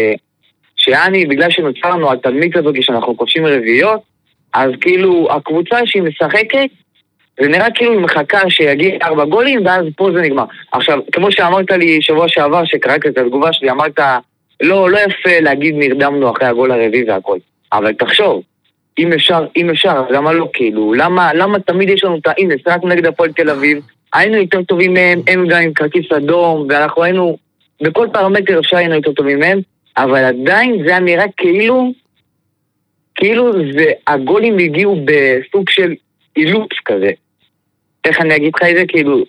שאני, בגלל שנוצרנו על תלמיד הזאת שאנחנו כובשים רביעיות, אז כאילו הקבוצה שהיא משחקת, זה נראה כאילו היא מחכה שיגיע ארבע גולים, ואז פה זה נגמר. עכשיו, כמו שאמרת לי שבוע שעבר, שקראתי את התגובה שלי, אמרת, לא, לא יפה להגיד נרדמנו אחרי הגול הרביעי והכל. אבל תחשוב, אם אפשר, אם אפשר, למה לא כאילו? למה, למה תמיד יש לנו את, הנה, שרקנו נגד הפועל תל אביב, היינו יותר טובים מהם, הם גם עם כרטיס אדום, ואנחנו היינו, בכל פרמטר אפשר היינו יותר טובים מהם, אבל עדיין זה נראה כאילו, כאילו זה, הגולים הגיעו בסוג של אילוץ כזה. איך אני אגיד לך את זה? כאילו,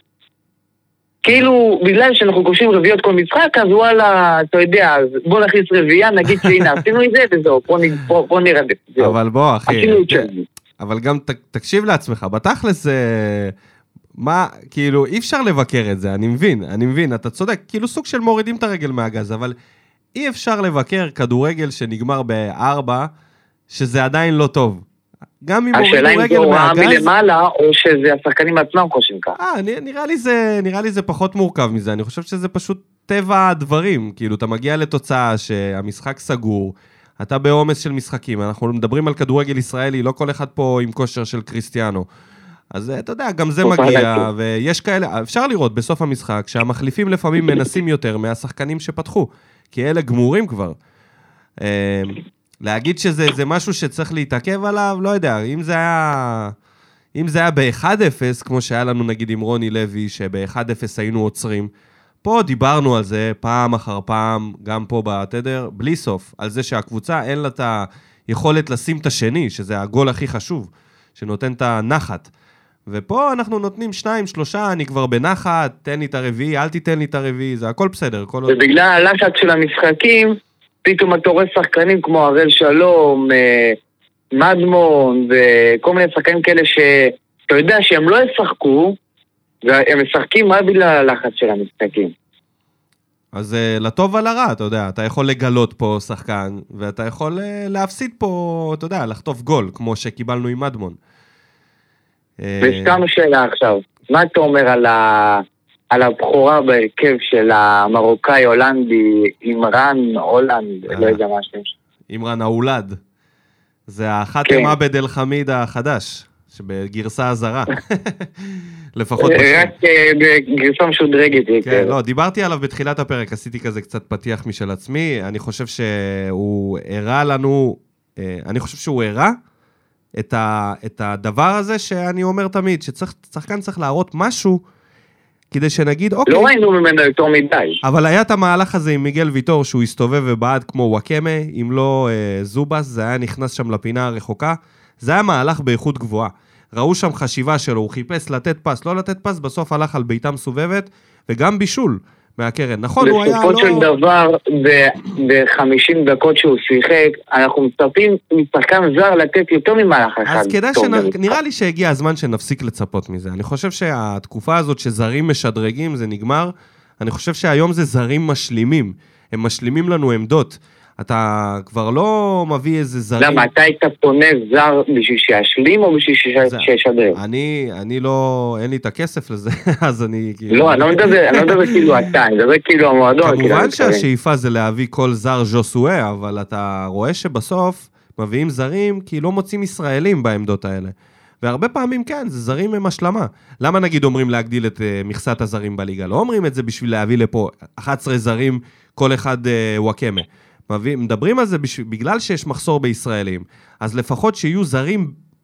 כאילו, בגלל שאנחנו כובשים רביעיות כל משחק, אז וואלה, אתה יודע, אז בוא נכניס רביעייה, נגיד שהנה, עשינו את זה, וזהו, בוא נראה. אבל בוא, אחי, אבל גם תקשיב לעצמך, בתכלס זה, מה, כאילו, אי אפשר לבקר את זה, אני מבין, אני מבין, אתה צודק, כאילו סוג של מורידים את הרגל מהגז, אבל אי אפשר לבקר כדורגל שנגמר בארבע, שזה עדיין לא טוב. גם אם הורידו רגל מהגז... השאלה אם זה הוראה מלמעלה, או שזה השחקנים עצמם חושבים כך. אה, נראה לי זה, נראה לי זה פחות מורכב מזה. אני חושב שזה פשוט טבע הדברים. כאילו, אתה מגיע לתוצאה שהמשחק סגור, אתה בעומס של משחקים. אנחנו מדברים על כדורגל ישראלי, לא כל אחד פה עם כושר של קריסטיאנו. אז אתה יודע, גם זה מגיע, ויש כאלה, אפשר לראות בסוף המשחק, שהמחליפים לפעמים מנסים יותר מהשחקנים שפתחו, כי אלה גמורים כבר. להגיד שזה זה משהו שצריך להתעכב עליו, לא יודע, אם זה היה, אם זה היה ב-אחד אפס, כמו שהיה לנו נגיד עם רוני לוי, שב-אחד אפס היינו עוצרים, פה דיברנו על זה פעם אחר פעם, גם פה בתדר, בלי סוף, על זה שהקבוצה אין לה את היכולת לשים את השני, שזה הגול הכי חשוב, שנותן את הנחת. ופה אנחנו נותנים שניים, שלושה, אני כבר בנחת, תן לי את הרביעי, אל תיתן לי את הרביעי, זה הכל בסדר. ובגלל הלחץ של המשחקים, פתאום אתה רואה שחקנים כמו הראל שלום, מדמון, וכל מיני שחקנים כאלה שאתה יודע שהם לא ישחקו, והם משחקים רק בגלל הלחץ של המשחקים. אז לטוב ולרע, אתה יודע, אתה יכול לגלות פה שחקן, ואתה יכול להפסיד פה, אתה יודע, לחטוף גול, כמו שקיבלנו עם מדמון. וסתם שאלה עכשיו, מה אתה אומר על ה... על הבחורה בהרכב של המרוקאי הולנדי, אימרן הולנד, לא יודע מה השם. אימרן ההולד. זה החתם עבד אל חמיד החדש, שבגרסה הזרה. לפחות בשם. רק בגרסה משודרגת. כן, לא, דיברתי עליו בתחילת הפרק, עשיתי כזה קצת פתיח משל עצמי, אני חושב שהוא הראה לנו, אני חושב שהוא הראה את הדבר הזה שאני אומר תמיד, ששחקן צריך להראות משהו, כדי שנגיד, אוקיי. לא ראינו ממנו יותר מדי. אבל היה את המהלך הזה עם מיגל ויטור, שהוא הסתובב ובעד כמו וואקמה, אם לא אה, זובס, זה היה נכנס שם לפינה הרחוקה. זה היה מהלך באיכות גבוהה. ראו שם חשיבה שלו, הוא חיפש לתת פס, לא לתת פס, בסוף הלך על ביתה מסובבת, וגם בישול מהקרן. נכון, הוא היה לא... בסופו של דבר, ב-חמישים דקות שהוא שיחק, אנחנו מצפים משחקן זר לתת יותר ממהלך אחד. אז כדאי שנראה לי שהגיע הזמן שנפסיק לצפות מזה. אני חושב שהתקופה הזאת שזרים משדרגים, זה נגמר. אני חושב שהיום זה זרים משלימים. הם משלימים לנו עמדות. אתה כבר לא מביא איזה זרים... למה, אתה היית פונה זר בשביל שישלים או בשביל שישדר? אני, אני לא... אין לי את הכסף לזה, אז אני... לא, אני לא מדבר, אני לא מדבר כאילו אתה, אני מדבר כאילו המועדון. כמובן שהשאיפה זה להביא כל זר ז'וסואה, אבל אתה רואה שבסוף מביאים זרים כי לא מוצאים ישראלים בעמדות האלה. והרבה פעמים כן, זה זרים עם השלמה. למה נגיד אומרים להגדיל את מכסת הזרים בליגה? לא אומרים את זה בשביל להביא לפה אחד עשר זרים, כל אחד וואקמה. מדברים על זה בגלל שיש מחסור בישראלים, אז לפחות שיהיו זרים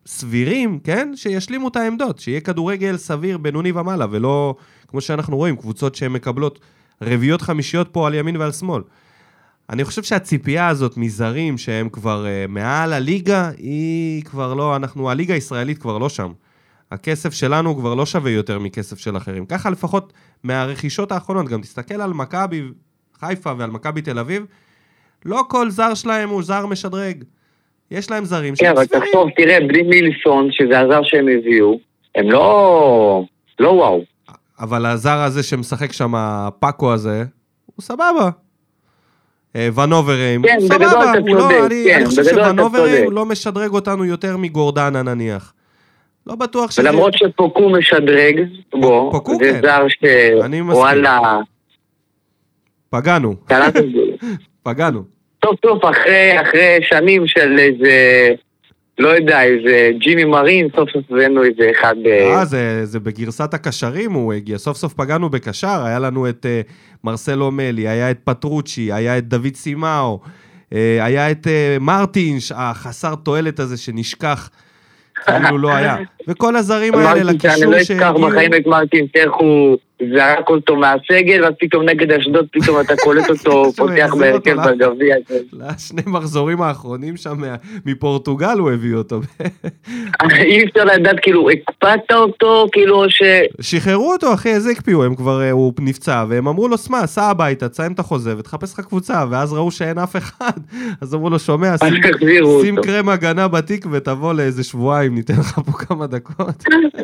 סבירים, כן? שישלימו את העמדות, שיהיה כדורגל סביר בינוני ומעלה, ולא, כמו שאנחנו רואים, קבוצות שהן מקבלות רביעיות חמישיות פה על ימין ועל שמאל. אני חושב שהציפייה הזאת מזרים שהם כבר uh, מעל הליגה, היא כבר לא, אנחנו, הליגה הישראלית כבר לא שם. הכסף שלנו כבר לא שווה יותר מכסף של אחרים. ככה לפחות מהרכישות האחרונות, גם תסתכל על מכבי חיפה ועל מכבי תל אביב, לא כל זר שלהם הוא זר משדרג. יש להם זרים שהם סבירים. כן, אבל תחשוב, תראה, בלי מילסון, שזה הזר שהם הביאו, הם לא, לא וואו. אבל הזר הזה שמשחק שם, הפאקו הזה, הוא סבבה. ונוברים, כן, סבבה, בגדול אתה לא, צודק, אני, כן, אני חושב בגדול אתה צודק. שוונוברים לא משדרג אותנו יותר מגורדנה נניח. לא בטוח שזה... ולמרות שפוקו משדרג בו, פוקו, זה כן. זר ש... אני מסכים. וואלה... פגענו. פגענו. טוב טוב, אחרי, אחרי שנים של איזה... לא יודע, איזה ג'ימי מרין, סוף סוף הבאנו איזה אחד... אה, זה, זה בגרסת הקשרים הוא הגיע, סוף סוף פגענו בקשר, היה לנו את uh, מרסלו מלי, היה את פטרוצ'י, היה את דוד סימאו, uh, היה את uh, מרטין, החסר תועלת הזה שנשכח, כאילו לא היה. וכל הזרים האלה לקישור שהגיעו... אני לא אשכח בחיים את מרטין, איך הוא זרק אותו מהסגל, ואז פתאום נגד אשדוד, פתאום אתה קולט אותו, פותח בהרכב בגביע. לשני מחזורים האחרונים שם מפורטוגל הוא הביא אותו. אי אפשר לדעת, כאילו, הקפאת אותו, כאילו ש... שחררו אותו, אחי, איזה הקפיאו, הם כבר, הוא נפצע, והם אמרו לו, סמה, סע הביתה, תסיים את החוזה, ותחפש לך קבוצה, ואז ראו שאין אף אחד, אז אמרו לו, שומע, שים קרם הגנה בתיק, ותבוא לאיזה שבועיים, ניתן לך פה כמה דקות.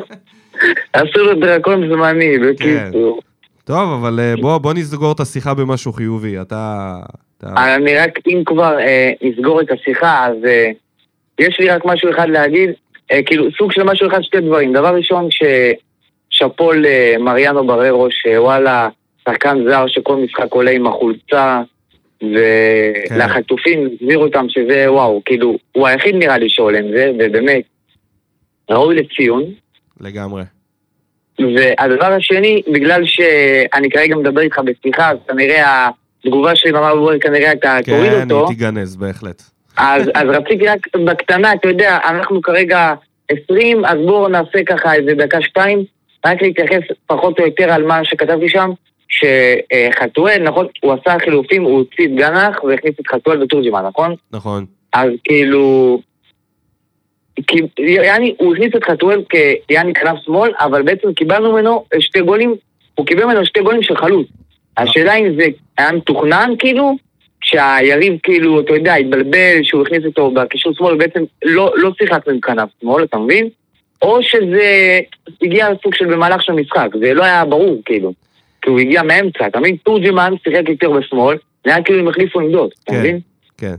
עשו לו דרקון זמני, בקיצור. טוב, אבל בוא, בוא נסגור את השיחה במשהו חיובי, אתה... אני רק, אם כבר נסגור את השיחה, אז יש לי רק משהו אחד להגיד, כאילו, סוג של משהו אחד, שתי דברים. דבר ראשון, ששפול מריאנו בררו, שוואלה, שחקן זר שכל משחק עולה עם החולצה, ולחטופים הסביר אותם שזה, וואו, כאילו, הוא היחיד נראה לי שעולה עם זה, ובאמת, ראוי לציון. לגמרי. והדבר השני, בגלל שאני כרגע מדבר איתך בשיחה, אז כנראה התגובה שלי במאמר בובר, כנראה אתה תוריד אותו. כן, היא תיגנז, בהחלט. אז, אז רציתי רק בקטנה, אתה יודע, אנחנו כרגע עשרים, אז בואו נעשה ככה איזה דקה שתיים, רק להתייחס פחות או יותר על מה שכתבתי שם, שחתואל, נכון, הוא עשה חילופים, הוא הוציא את גנח והכניס את חתואל ותורג'מן, נכון? נכון. אז כאילו... כי יעני, הוא הכניס את חתואל כיעני כנף שמאל, אבל בעצם קיבלנו ממנו שתי גולים, הוא קיבל ממנו שתי גולים של חלוץ. השאלה אם זה היה מתוכנן כאילו, שהיריב כאילו, אתה יודע, התבלבל, שהוא הכניס אותו בקישור שמאל, ובעצם לא, לא שיחק עם כנף שמאל, אתה מבין? או שזה הגיע סוג של במהלך של משחק, זה לא היה ברור כאילו, כי הוא הגיע מאמצע, אתה מבין? תורג'מן שיחק יותר בשמאל, זה היה כאילו הם החליפו עמדות, אתה מבין? כן.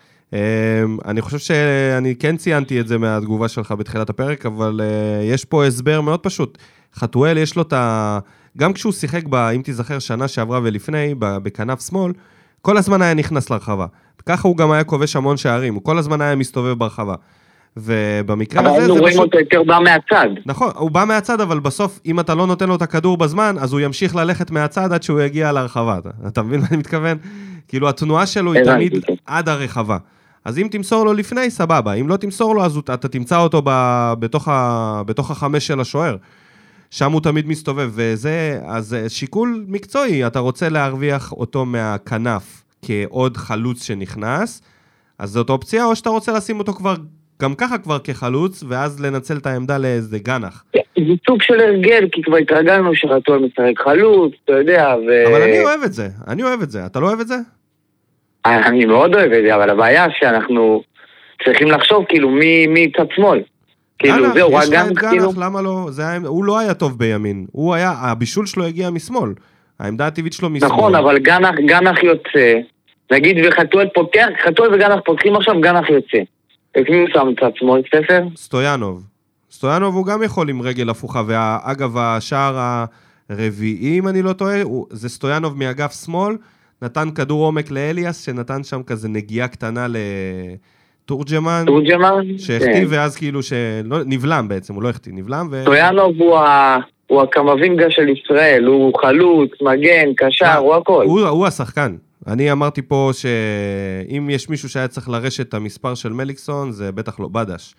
אני חושב שאני כן ציינתי את זה מהתגובה שלך בתחילת הפרק, אבל יש פה הסבר מאוד פשוט. חתואל יש לו את ה... גם כשהוא שיחק בה, אם תזכר, שנה שעברה ולפני, בכנף שמאל, כל הזמן היה נכנס לרחבה. ככה הוא גם היה כובש המון שערים, הוא כל הזמן היה מסתובב ברחבה. ובמקרה הזה... אבל אנחנו רואים אותו יותר בא מהצד. נכון, הוא בא מהצד, אבל בסוף, אם אתה לא נותן לו את הכדור בזמן, אז הוא ימשיך ללכת מהצד עד שהוא יגיע לרחבה. אתה מבין מה אני מתכוון? כאילו, התנועה שלו היא תמיד עד הרחבה. אז אם תמסור לו לפני, סבבה. אם לא תמסור לו, אז אתה תמצא אותו בתוך, ה, בתוך החמש של השוער. שם הוא תמיד מסתובב, וזה, אז שיקול מקצועי, אתה רוצה להרוויח אותו מהכנף כעוד חלוץ שנכנס, אז זאת אופציה, או שאתה רוצה לשים אותו כבר, גם ככה כבר כחלוץ, ואז לנצל את העמדה לאיזה גנח. זה סוג של הרגל, כי כבר התרגלנו שחתואל משחק חלוץ, אתה יודע, ו... אבל אני אוהב את זה, אני אוהב את זה. אתה לא אוהב את זה? אני מאוד אוהב את זה, אבל הבעיה שאנחנו צריכים לחשוב, כאילו, מי, מי צד שמאל. כאילו, גנח, זהו, יש לך את כאילו... גנח, למה לא? זה היה, הוא לא היה טוב בימין. הוא היה, הבישול שלו הגיע משמאל. העמדה הטבעית שלו משמאל. נכון, אבל גנח, גנח יוצא. נגיד, וחתואל פותח, חתואל וגנח פותחים עכשיו, גנח יוצא. את מי הוא שם צד שמאל, ספר? סטויאנוב. סטויאנוב הוא גם יכול עם רגל הפוכה, ואגב, השער הרביעי, אם אני לא טועה, הוא, זה סטויאנוב מאגף שמאל, נתן כדור עומק לאליאס, שנתן שם כזה נגיעה קטנה לתורג'מן. תורג'מן? שהכתיב, ואז כאילו שנבלם בעצם, הוא לא הכתיב, נבלם. סטויאנוב הוא ה... הוא הקמבינגה של ישראל, הוא חלוץ, מגן, קשר, הוא הכל. הוא, הוא השחקן. אני אמרתי פה שאם יש מישהו שהיה צריך לרשת את המספר של מליקסון, זה בטח לא בדש.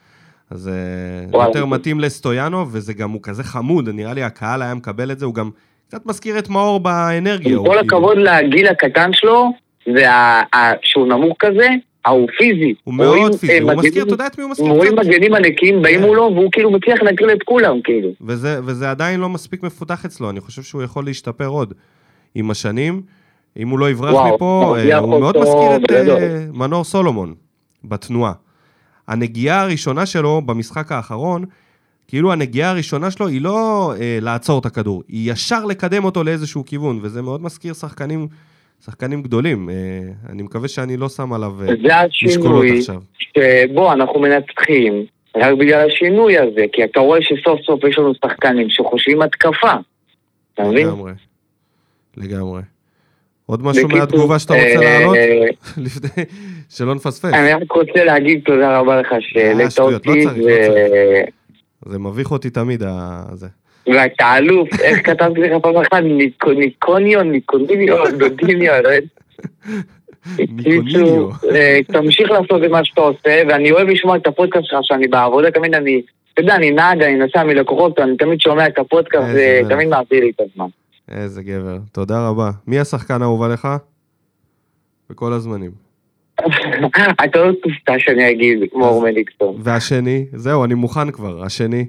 אז זה יותר מתאים לסטויאנוב, וזה גם, הוא כזה חמוד, נראה לי הקהל היה מקבל את זה, הוא גם קצת מזכיר את מאור באנרגיה. עם כל הכבוד לגיל הקטן שלו, שהוא נמוך כזה, הוא פיזי. הוא מאוד פיזי, הוא מזכיר, אתה יודע את מי הוא מזכיר? רואים מגנים ענקים, באים מולו, והוא כאילו מצליח להקריל את כולם, כאילו. וזה עדיין לא מספיק מפותח אצלו, אני חושב שהוא יכול להשתפר עוד עם השנים, אם הוא לא יברח מפה, הוא מאוד מזכיר את מנור סולומון בתנועה. הנגיעה הראשונה שלו במשחק האחרון, כאילו הנגיעה הראשונה שלו היא לא אה, לעצור את הכדור, היא ישר לקדם אותו לאיזשהו כיוון, וזה מאוד מזכיר שחקנים, שחקנים גדולים. אה, אני מקווה שאני לא שם עליו אה, משקולות עכשיו. שבו אנחנו מנצחים, רק בגלל השינוי הזה, כי אתה רואה שסוף סוף יש לנו שחקנים שחושבים התקפה. אתה מבין? לגמרי, לגמרי. עוד משהו מהתגובה שאתה רוצה לעלות? לפני שלא נפספס. אני רק רוצה להגיד תודה רבה לך שלטה אותי. זה מביך אותי תמיד, זה. ואתה אלוף, איך כתבתי לך פעם אחת? ניקוניו, ניקוניו, דודיניו, לא יודע. ניקוניו. תמשיך לעשות את מה שאתה עושה, ואני אוהב לשמוע את הפודקאסט שלך, שאני בעבודה, תמיד אני, אתה יודע, אני נהג, אני נסע מלקוחות, אני תמיד שומע את הפודקאסט, ותמיד מעשיר לי את הזמן. איזה גבר, תודה רבה. מי השחקן האהוב עליך? בכל הזמנים. אתה לא תופתע שאני אגיד, כמו אורמליקסון. והשני? זהו, אני מוכן כבר, השני.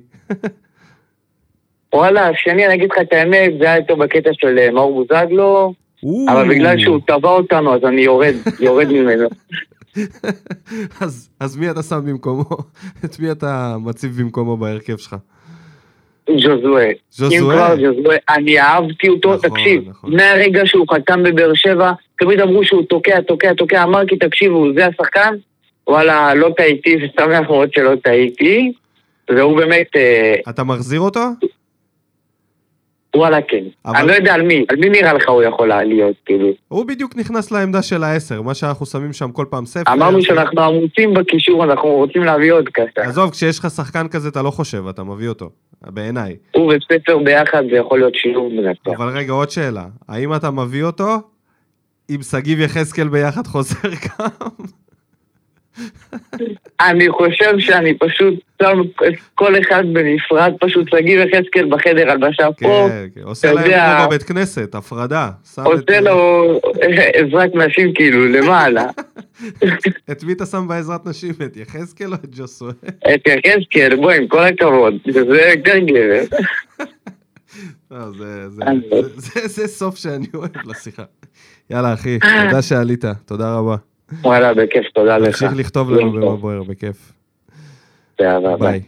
וואלה, השני, אני אגיד לך את האמת, זה היה יותר בקטע של מאור בוזגלו, אבל בגלל שהוא טבע אותנו, אז אני יורד, יורד ממנו. אז מי אתה שם במקומו? את מי אתה מציב במקומו בהרכב שלך? ז'וזואה. ז'וזואה? אני אהבתי אותו, תקשיב, מהרגע שהוא חתם בבאר שבע, תמיד אמרו שהוא תוקע, תוקע, תוקע, אמרתי, תקשיבו, זה השחקן? וואלה, לא טעיתי, ושמח מאוד שלא טעיתי, והוא באמת... אתה מחזיר אותו? וואלה, כן. אני לא יודע על מי, על מי נראה לך הוא יכול להיות, כאילו. הוא בדיוק נכנס לעמדה של העשר, מה שאנחנו שמים שם כל פעם ספר. אמרנו שאנחנו עמוצים בקישור, אנחנו רוצים להביא עוד ככה. עזוב, כשיש לך שחקן כזה אתה לא חושב, אתה מביא אותו, בעיניי. הוא וספר ביחד זה יכול להיות שילוב מנצח. אבל רגע, עוד שאלה, האם אתה מביא אותו, אם סגיב יחזקאל ביחד חוזר גם? אני חושב שאני פשוט שם כל אחד בנפרד, פשוט סגיב יחזקאל בחדר הלבשה פה. כן, עושה להם כמו בבית כנסת, הפרדה. עושה לו עזרת נשים כאילו, למעלה. את מי אתה שם בעזרת נשים? את יחזקאל או את ג'וסואה? את יחזקאל, בואי, עם כל הכבוד, זה יותר גבר. זה סוף שאני אוהב לשיחה. יאללה אחי, תודה שעלית, תודה רבה. וואלה, בכיף, תודה לך. תמשיך לכתוב לנו במה בוער, בכיף. ביי.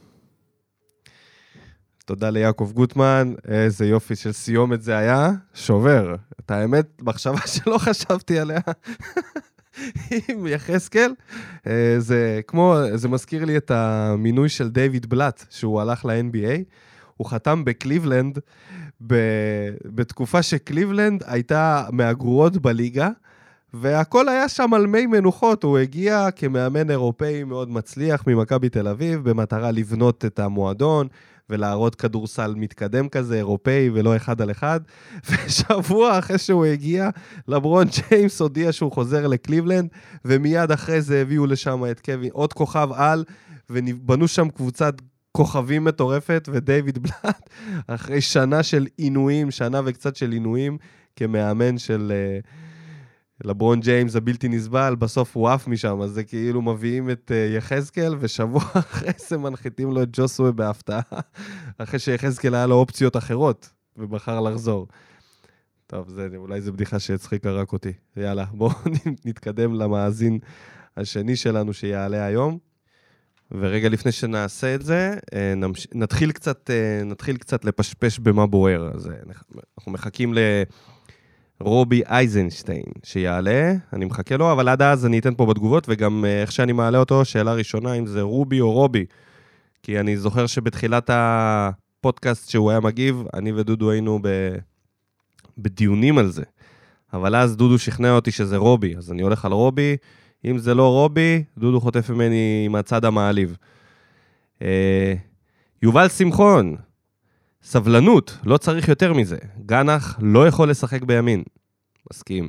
תודה ליעקב גוטמן, איזה יופי של סיומת זה היה, שובר. את האמת, מחשבה שלא חשבתי עליה, עם יחזקאל, זה כמו, זה מזכיר לי את המינוי של דיוויד בלאט, שהוא הלך ל-אן בי איי, הוא חתם בקליבלנד, בתקופה שקליבלנד הייתה מהגרועות בליגה, והכל היה שם על מי מנוחות, הוא הגיע כמאמן אירופאי מאוד מצליח ממכבי תל אביב, במטרה לבנות את המועדון, ולהראות כדורסל מתקדם כזה, אירופאי ולא אחד על אחד, ושבוע אחרי שהוא הגיע, לברון ג'יימס הודיע שהוא חוזר לקליבלנד, ומיד אחרי זה הביאו לשם את קווין, עוד כוכב על, ובנו שם קבוצת כוכבים מטורפת, ודייוויד בלאט, אחרי שנה של עינויים, שנה וקצת של עינויים, כמאמן של... לברון ג'יימס הבלתי נסבל, בסוף הוא עף משם, אז זה כאילו מביאים את יחזקאל, ושבוע אחרי זה מנחיתים לו את ג'וסואה בהפתעה, אחרי שיחזקאל היה לו אופציות אחרות, ובחר לחזור. טוב, זה, אולי זה בדיחה שהצחיקה רק אותי. יאללה, בואו נתקדם למאזין השני שלנו שיעלה היום. ורגע לפני שנעשה את זה, נמש... נתחיל קצת, נתחיל קצת לפשפש במה בוער. אז אנחנו מחכים ל... רובי אייזנשטיין שיעלה, אני מחכה לו, אבל עד אז אני אתן פה בתגובות, וגם איך שאני מעלה אותו, שאלה ראשונה, אם זה רובי או רובי, כי אני זוכר שבתחילת הפודקאסט שהוא היה מגיב, אני ודודו היינו ב... בדיונים על זה, אבל אז דודו שכנע אותי שזה רובי, אז אני הולך על רובי, אם זה לא רובי, דודו חוטף ממני מהצד המעליב. אה... יובל שמחון, סבלנות, לא צריך יותר מזה. גנח לא יכול לשחק בימין. מסכים.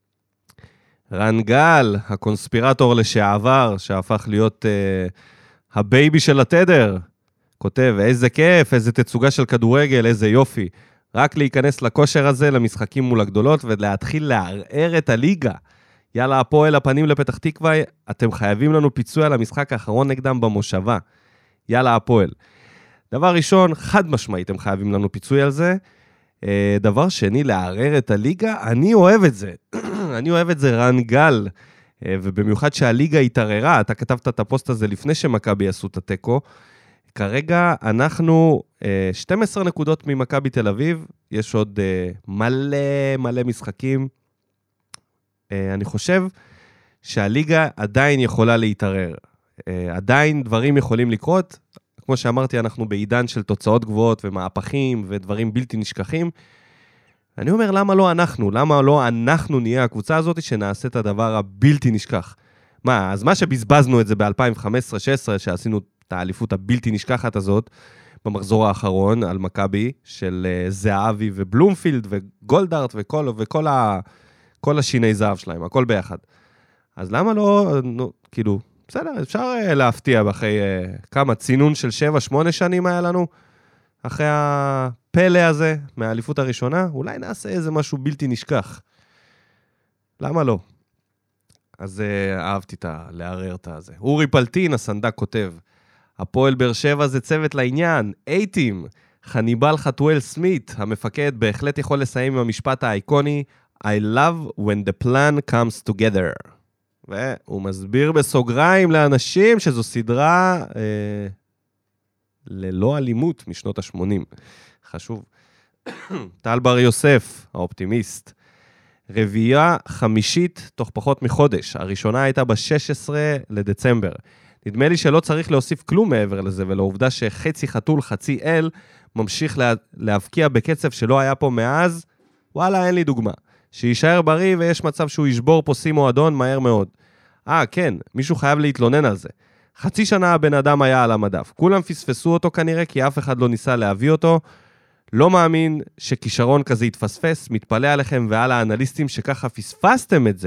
רן גל, הקונספירטור לשעבר, שהפך להיות uh, הבייבי של התדר, כותב, איזה כיף, איזה תצוגה של כדורגל, איזה יופי. רק להיכנס לכושר הזה, למשחקים מול הגדולות, ולהתחיל לערער את הליגה. יאללה, הפועל הפנים לפתח תקווה, אתם חייבים לנו פיצוי על המשחק האחרון נגדם במושבה. יאללה, הפועל. דבר ראשון, חד משמעית, הם חייבים לנו פיצוי על זה. דבר שני, לערער את הליגה, אני אוהב את זה. אני אוהב את זה רן גל, ובמיוחד שהליגה התערערה, אתה כתבת את הפוסט הזה לפני שמכבי עשו את הטקו, כרגע אנחנו שתים עשרה נקודות ממכבי תל אביב, יש עוד מלא מלא משחקים, אני חושב שהליגה עדיין יכולה להתערער, עדיין דברים יכולים לקרות, כמו שאמרתי, אנחנו בעידן של תוצאות גבוהות ומהפכים ודברים בלתי נשכחים, אני אומר, למה לא אנחנו? למה לא אנחנו נהיה הקבוצה הזאת שנעשה את הדבר הבלתי נשכח? מה, אז מה שבזבזנו את זה ב-אלפיים וחמש עשרה שש עשרה, שעשינו את האליפות הבלתי נשכחת הזאת, במחזור האחרון על מכבי, של זהבי ובלומפילד וגולדארט וכל, וכל ה, כל השיני זהב שלהם, הכל ביחד. אז למה לא, נו, כאילו, בסדר, אפשר להפתיע אחרי כמה צינון של שבע, שמונה שנים היה לנו, אחרי הפלא הזה, מהאליפות הראשונה, אולי נעשה איזה משהו בלתי נשכח. למה לא? אז אהבתי את לערער את הזה. אורי פלטין, הסנדק, כותב, הפועל באר שבע זה צוות לעניין, אייטים, חניבל חתואל סמית, המפקד בהחלט יכול לסיים עם המשפט האיקוני, I love when the plan comes together. והוא מסביר בסוגריים לאנשים שזו סדרה אה, ללא אלימות משנות ה-שמונים. חשוב. טל בר יוסף, האופטימיסט. רביעייה חמישית תוך פחות מחודש. הראשונה הייתה ב-שישה עשר לדצמבר. נדמה לי שלא צריך להוסיף כלום מעבר לזה, ולעובדה שחצי חתול, חצי אל, ממשיך לה, להבקיע בקצב שלא היה פה מאז, וואלה, אין לי דוגמה. שישאר בריא ויש מצב שהוא ישבור פה שימו אדון מהר מאוד. אה, כן, מישהו חייב להתלונן על זה. חצי שנה הבן אדם היה על המדף. כולם פספסו אותו כנראה, כי אף אחד לא ניסה להביא אותו. לא מאמין שכישרון כזה יתפספס, מתפלא עליכם ועל האנליסטים שככה פספסתם את זה.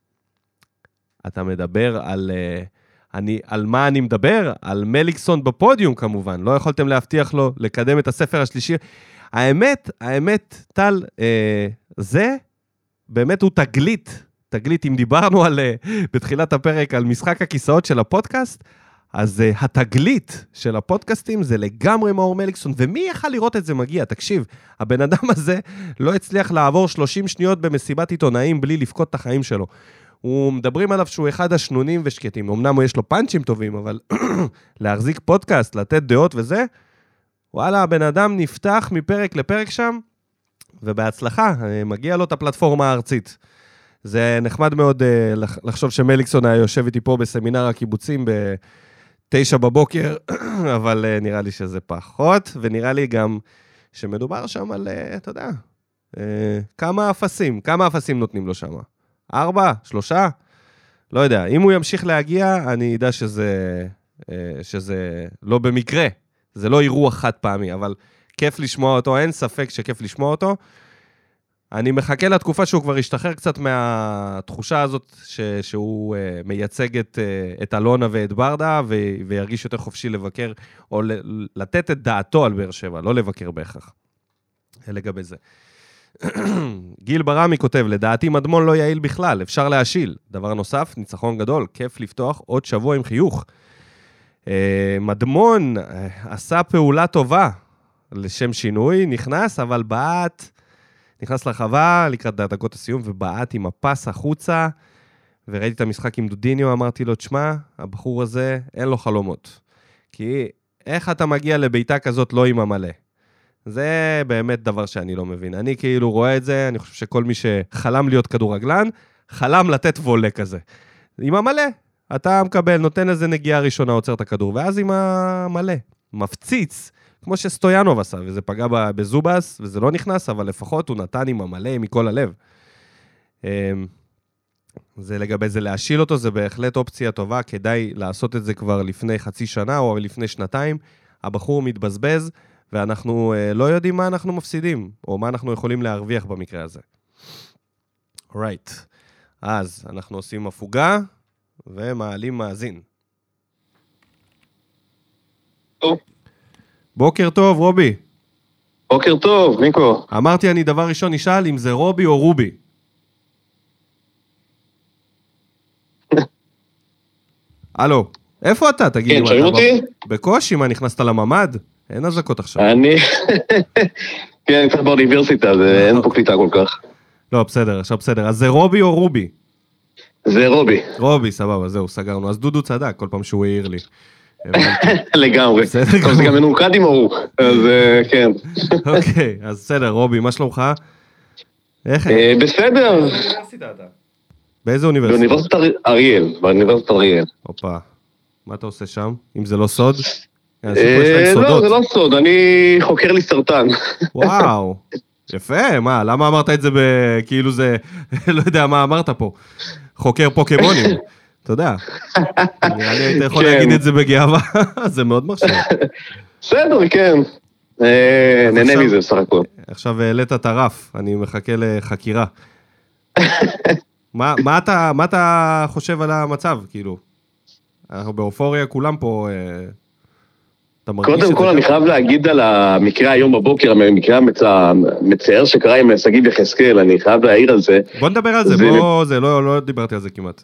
אתה מדבר על... אני, על מה אני מדבר? על מליקסון בפודיום כמובן. לא יכולתם להבטיח לו לקדם את הספר השלישי. האמת, האמת, טל, אה, זה באמת הוא תגלית. תגלית, אם דיברנו על, בתחילת הפרק על משחק הכיסאות של הפודקאסט, אז uh, התגלית של הפודקאסטים זה לגמרי מאור מליקסון, ומי יכל לראות את זה מגיע? תקשיב, הבן אדם הזה לא הצליח לעבור שלושים שניות במסיבת עיתונאים בלי לפקוד את החיים שלו. הוא מדברים עליו שהוא אחד השנונים ושקטים, אמנם יש לו פאנצ'ים טובים, אבל להחזיק פודקאסט, לתת דעות וזה, וואלה, הבן אדם נפתח מפרק לפרק שם, ובהצלחה, מגיע לו את הפלטפורמה הארצית. זה נחמד מאוד uh, לחשוב שמליקסון היה יושב איתי פה בסמינר הקיבוצים בתשע בבוקר, אבל uh, נראה לי שזה פחות, ונראה לי גם שמדובר שם על, uh, אתה יודע, uh, כמה אפסים, כמה אפסים נותנים לו שם? ארבע? שלושה? לא יודע, אם הוא ימשיך להגיע, אני יודע שזה, uh, שזה לא במקרה, זה לא אירוע חד פעמי, אבל כיף לשמוע אותו, אין ספק שכיף לשמוע אותו, אני מחכה לתקופה שהוא כבר ישתחרר קצת מהתחושה הזאת ש, שהוא uh, מייצג את, uh, את אלונה ואת ברדה, ו, וירגיש יותר חופשי לבקר, או ל, לתת את דעתו על באר שבע, לא לבקר בהכרח. לגבי זה. גיל ברמי כותב, לדעתי מדמון לא יעיל בכלל, אפשר להשיל. דבר נוסף, ניצחון גדול, כיף לפתוח עוד שבוע עם חיוך. Uh, מדמון uh, עשה פעולה טובה לשם שינוי, נכנס, אבל בעט... נכנס לרחבה, לקראת דקות הסיום, ובעט עם הפס החוצה, וראיתי את המשחק עם דודיניו, אמרתי לו, תשמע, הבחור הזה, אין לו חלומות. כי איך אתה מגיע לביתה כזאת לא עם המלא? זה באמת דבר שאני לא מבין. אני כאילו רואה את זה, אני חושב שכל מי שחלם להיות כדורגלן, חלם לתת וולה כזה. עם המלא, אתה מקבל, נותן איזה נגיעה ראשונה, עוצר את הכדור, ואז עם המלא, מפציץ, כמו שסטויאנוב עשה, וזה פגע בזובס, וזה לא נכנס, אבל לפחות הוא נתן עם המלא, מכל הלב. זה לגבי זה, להשיל אותו, זה בהחלט אופציה טובה, כדאי לעשות את זה כבר לפני חצי שנה, או לפני שנתיים, הבחור מתבזבז, ואנחנו לא יודעים מה אנחנו מפסידים, או מה אנחנו יכולים להרוויח במקרה הזה. Right. אז אנחנו עושים הפוגה, ומעלים מאזין. בוקר טוב, רובי. בוקר טוב, ניקו. אמרתי, אני דבר ראשון נשאל אם זה רובי או רובי. הלו, איפה אתה? תגיד לי. כן, שומעים אותי? בקושי, מה, נכנסת לממד? אין הזקות עכשיו. אני... כן, אני קצת באוניברסיטה, אין פה קליטה כל כך. לא, בסדר, עכשיו בסדר. אז זה רובי או רובי? זה רובי. רובי, סבבה, זהו, סגרנו. אז דודו צדק כל פעם שהוא העיר לי. לגמרי. זה גם מנוקד עם ההוא, אז כן. אוקיי, אז בסדר, רובי, מה שלומך? איך? בסדר. באיזה אוניברסיטה? באוניברסיטת אריאל, באוניברסיטת אריאל. הופה, מה אתה עושה שם? אם זה לא סוד? לא, זה לא סוד, אני חוקר לי סרטן. וואו, יפה, מה, למה אמרת את זה כאילו זה, לא יודע מה אמרת פה, חוקר פוקמונים, אתה יודע, נראה לי היית יכול להגיד את זה בגאווה, זה מאוד מרשים. בסדר, כן, נהנה מזה בסך הכל. עכשיו העלית את הרף, אני מחכה לחקירה. מה אתה חושב על המצב, כאילו? אנחנו באופוריה, כולם פה... קודם כל אני חייב להגיד על המקרה היום בבוקר, המקרה המצער שקרה עם שגיב יחזקאל, אני חייב להעיר על זה. בוא נדבר על זה, בוא, זה לא דיברתי על זה כמעט.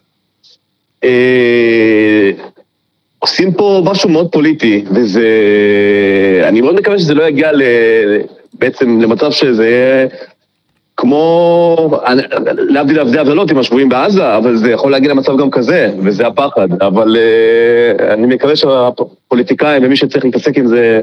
עושים פה משהו מאוד פוליטי, וזה... אני מאוד מקווה שזה לא יגיע בעצם למצב שזה יהיה כמו... להבדיל להבדיל הבדלות עם השבויים בעזה, אבל זה יכול להגיע למצב גם כזה, וזה הפחד. אבל אני מקווה שהפוליטיקאים ומי שצריך להתעסק עם זה,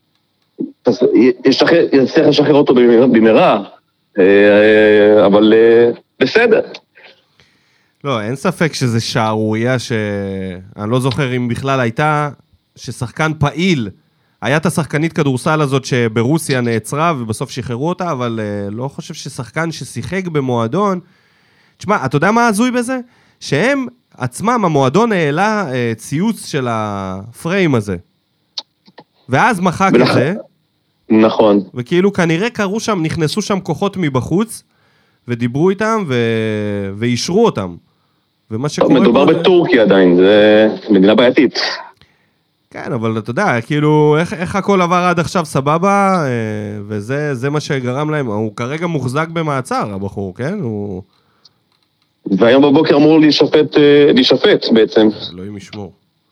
יצטרך לשחרר אותו במהרה, אבל בסדר. לא, אין ספק שזה שערוריה שאני לא זוכר אם בכלל הייתה, ששחקן פעיל, היה את השחקנית כדורסל הזאת שברוסיה נעצרה ובסוף שחררו אותה, אבל uh, לא חושב ששחקן ששיחק במועדון, תשמע, אתה יודע מה הזוי בזה? שהם עצמם, המועדון העלה uh, ציוץ של הפריים הזה, ואז מחק את זה. נכון. וכאילו כנראה קראו שם, נכנסו שם כוחות מבחוץ, ודיברו איתם ו... ואישרו אותם. ומה שקורה... מדובר בטורקיה עדיין, זה מדינה בעייתית. כן, אבל אתה יודע, כאילו, איך, איך הכל עבר עד עכשיו סבבה, וזה זה מה שגרם להם, הוא כרגע מוחזק במעצר, הבחור, כן? הוא... והיום בבוקר אמור להישפט, להישפט בעצם. אלוהים ישמור.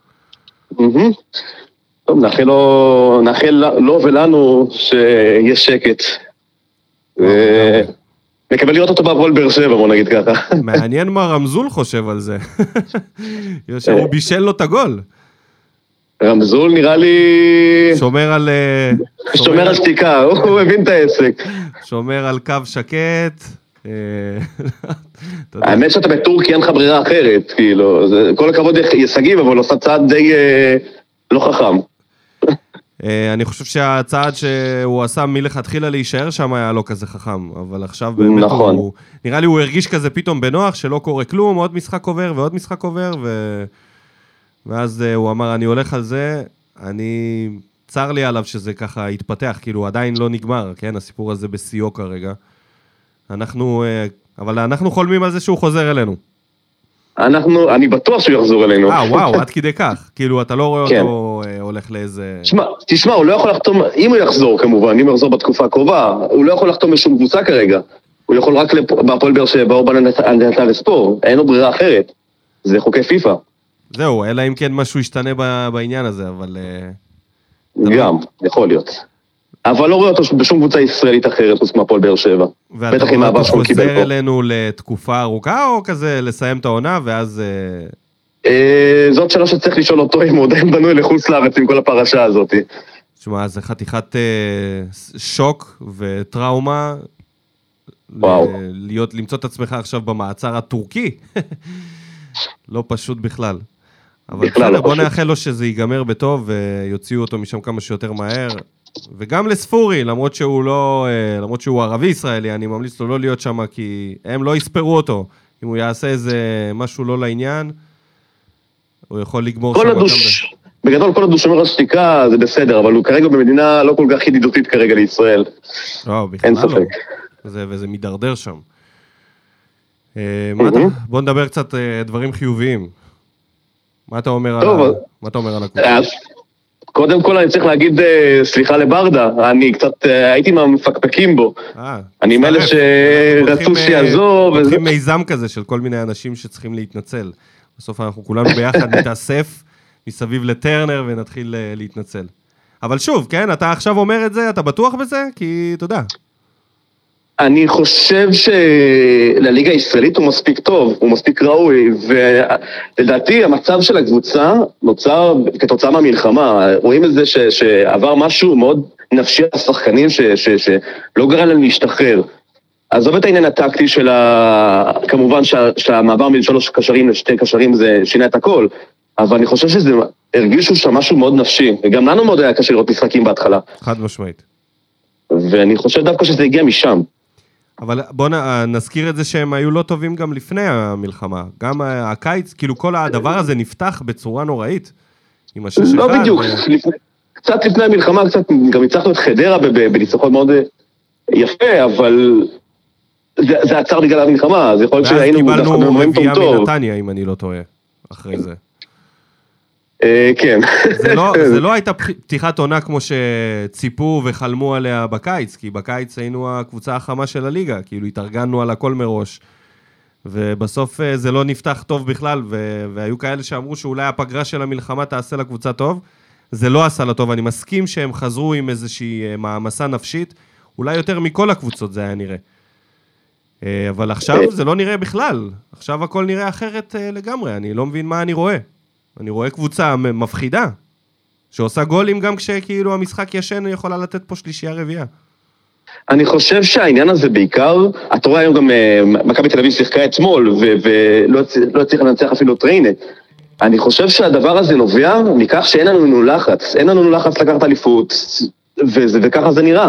טוב, נאחל לו, נאחל לו ולנו שיש שקט. נקבל לראות אותו בהפועל באר שבע, בוא נגיד ככה. מעניין מה רמזול חושב על זה. הוא בישל לו את הגול. רמזול נראה לי... שומר על... שומר על שתיקה, הוא הבין את העסק. שומר על קו שקט. האמת שאתה בטורקיה אין לך ברירה אחרת, כאילו, כל הכבוד ישגיב, אבל עושה צעד די לא חכם. אני חושב שהצעד שהוא עשה מלכתחילה להישאר שם היה לא כזה חכם, אבל עכשיו באמת הוא... נראה לי הוא הרגיש כזה פתאום בנוח, שלא קורה כלום, עוד משחק עובר ועוד משחק עובר, ו... ואז הוא אמר, אני הולך על זה, אני... צר לי עליו שזה ככה התפתח, כאילו עדיין לא נגמר, כן? הסיפור הזה בסיוע כרגע. אנחנו... אבל אנחנו חולמים על זה שהוא חוזר אלינו. אנחנו, אני בטוח שהוא יחזור אלינו. אה, וואו, עד כדי כך. כאילו, אתה לא רואה אותו הולך לאיזה... תשמע, תשמע, הוא לא יכול לחתום, אם הוא יחזור כמובן, אם הוא יחזור בתקופה הקרובה, הוא לא יכול לחתום בשום קבוצה כרגע. הוא יכול רק בהפועל באר שבע או בנתניה וספורט, אין לו ברירה אחרת. זה חוקי פיפא. זהו, אלא אם כן משהו ישתנה בעניין הזה, אבל... גם, יכול להיות. אבל לא רואה אותו בשום קבוצה ישראלית אחרת, חוץ מהפועל באר שבע. ואתה רואה אותו חוזר אלינו לתקופה ארוכה, או כזה לסיים את העונה, ואז... זאת שאלה שצריך לשאול אותו, אם הוא עדיין בנוי לחוץ לארץ עם כל הפרשה הזאת. תשמע, זה חתיכת שוק וטראומה, להיות, למצוא את עצמך עכשיו במעצר הטורקי. לא פשוט בכלל. אבל בסדר, בוא נאחל לו שזה ייגמר בטוב, ויוציאו אותו משם כמה שיותר מהר. וגם לספורי, למרות שהוא לא, למרות שהוא ערבי ישראלי, אני ממליץ לו לא להיות שם, כי הם לא יספרו אותו. אם הוא יעשה איזה משהו לא לעניין, הוא יכול לגמור שם. הדוש, בגדול כל הדוש שומר השתיקה זה בסדר, אבל הוא כרגע במדינה לא כל כך ידידותית כרגע לישראל. לא, בכלל לא. זה, וזה מדרדר שם. בוא נדבר קצת דברים חיוביים. מה אתה אומר על הקבוצה? קודם כל אני צריך להגיד סליחה לברדה, אני קצת הייתי מהמפקפקים בו. אני מאלה שרצו שיעזוב. פותחים מיזם כזה של כל מיני אנשים שצריכים להתנצל. בסוף אנחנו כולנו ביחד נתאסף מסביב לטרנר ונתחיל להתנצל. אבל שוב, כן, אתה עכשיו אומר את זה, אתה בטוח בזה? כי אתה יודע. אני חושב שלליגה הישראלית הוא מספיק טוב, הוא מספיק ראוי, ולדעתי המצב של הקבוצה נוצר כתוצאה מהמלחמה. רואים את זה ש, שעבר משהו מאוד נפשי על השחקנים ש, ש, שלא גרם להם להשתחרר. עזוב את העניין הטקטי של ה... כמובן שהמעבר משלוש קשרים לשתי קשרים זה שינה את הכל, אבל אני חושב שזה הרגישו שם משהו מאוד נפשי, וגם לנו מאוד היה קשה לראות משחקים בהתחלה. חד משמעית. ואני חושב דווקא שזה הגיע משם. אבל בוא נזכיר את זה שהם היו לא טובים גם לפני המלחמה. גם הקיץ, כאילו כל הדבר הזה נפתח בצורה נוראית. עם השש אחד. לא בדיוק, קצת לפני המלחמה, קצת גם הצלחנו את חדרה בניצחון מאוד יפה, אבל זה עצר בגלל המלחמה, אז יכול להיות שהיינו דווקא במומים טוב טוב. ואז קיבלנו רביעייה מנתניה, אם אני לא טועה, אחרי זה. כן. זה לא הייתה פתיחת עונה כמו שציפו וחלמו עליה בקיץ, כי בקיץ היינו הקבוצה החמה של הליגה, כאילו התארגנו על הכל מראש, ובסוף זה לא נפתח טוב בכלל, והיו כאלה שאמרו שאולי הפגרה של המלחמה תעשה לקבוצה טוב, זה לא עשה לה טוב, אני מסכים שהם חזרו עם איזושהי מעמסה נפשית, אולי יותר מכל הקבוצות זה היה נראה. אבל עכשיו זה לא נראה בכלל, עכשיו הכל נראה אחרת לגמרי, אני לא מבין מה אני רואה. אני רואה קבוצה מפחידה, שעושה גולים גם כשכאילו המשחק ישן יכולה לתת פה שלישייה רביעייה. אני חושב שהעניין הזה בעיקר, אתה רואה היום גם מכבי תל אביב שיחקה אתמול, ולא הצליח לנצח אפילו טריינה. אני חושב שהדבר הזה נובע מכך שאין לנו לחץ, אין לנו לחץ לקחת אליפות, וככה זה נראה.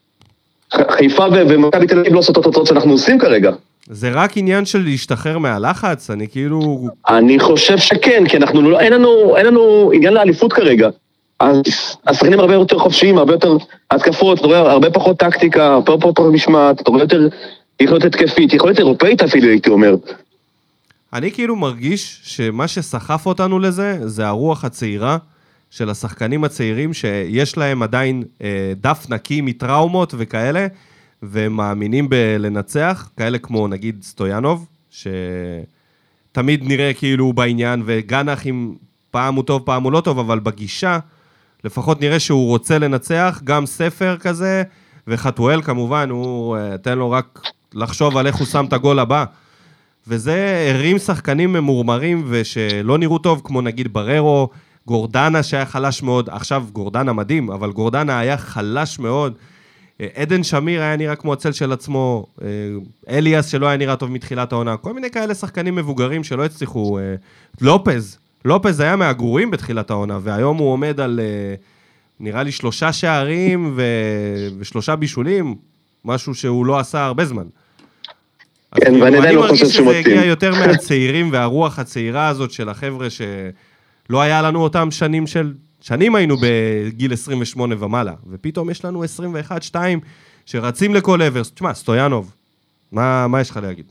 חיפה ומכבי תל אביב לא עושות את התוצאות שאנחנו עושים כרגע. זה רק עניין של להשתחרר מהלחץ? אני כאילו... אני חושב שכן, כי אנחנו, אין לנו, אין לנו עניין לאליפות כרגע. השחקנים הרבה יותר חופשיים, הרבה יותר התקפות, אתה רואה הרבה פחות טקטיקה, הרבה פחות משמעת, אתה רואה יותר יכולת התקפית, יכולת אירופאית אפילו, הייתי אומר. אני כאילו מרגיש שמה שסחף אותנו לזה, זה הרוח הצעירה של השחקנים הצעירים, שיש להם עדיין אה, דף נקי מטראומות וכאלה, והם מאמינים בלנצח, כאלה כמו נגיד סטויאנוב, שתמיד נראה כאילו בעניין, וגנח עם פעם הוא טוב, פעם הוא לא טוב, אבל בגישה, לפחות נראה שהוא רוצה לנצח, גם ספר כזה, וחתואל כמובן, הוא תן לו רק לחשוב על איך הוא שם את הגול הבא, וזה הרים שחקנים ממורמרים, ושלא נראו טוב, כמו נגיד בררו, גורדנה שהיה חלש מאוד, עכשיו גורדנה מדהים, אבל גורדנה היה חלש מאוד, עדן שמיר היה נראה כמו הצל של עצמו, אליאס שלא היה נראה טוב מתחילת העונה, כל מיני כאלה שחקנים מבוגרים שלא הצליחו, לופז, לופז היה מהגרועים בתחילת העונה, והיום הוא עומד על, נראה לי, שלושה שערים ו... ושלושה בישולים, משהו שהוא לא עשה הרבה זמן. כן, ואני עדיין לא חושב שמוצאים. אני מרגיש שזה הגיע יותר מהצעירים, והרוח הצעירה הזאת של החבר'ה שלא היה לנו אותם שנים של... שנים היינו בגיל עשרים ושמונה ומעלה, ופתאום יש לנו עשרים ואחת שתיים שרצים לכל עבר. תשמע, סטויאנוב, מה, מה יש לך להגיד?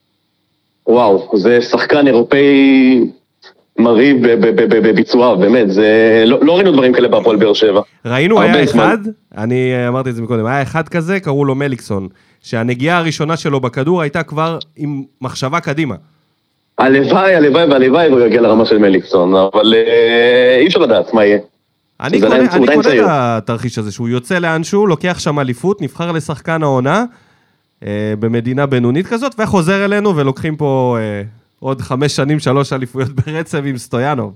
וואו, זה שחקן אירופאי מריב בביצוע, באמת, זה לא, לא ראינו דברים כאלה בהפועל באר שבע. ראינו, היה אחד, אני אמרתי את זה מקודם, היה אחד כזה, קראו לו מליקסון, שהנגיעה הראשונה שלו בכדור הייתה כבר עם מחשבה קדימה. הלוואי, הלוואי והלוואי הוא יגיע לרמה של מליקסון, אבל אי אפשר לדעת מה יהיה. אני קונה את התרחיש הזה, שהוא יוצא לאנשהו, לוקח שם אליפות, נבחר לשחקן העונה, במדינה בינונית כזאת, וחוזר אלינו ולוקחים פה עוד חמש שנים, שלוש אליפויות ברצף עם סטויאנוב.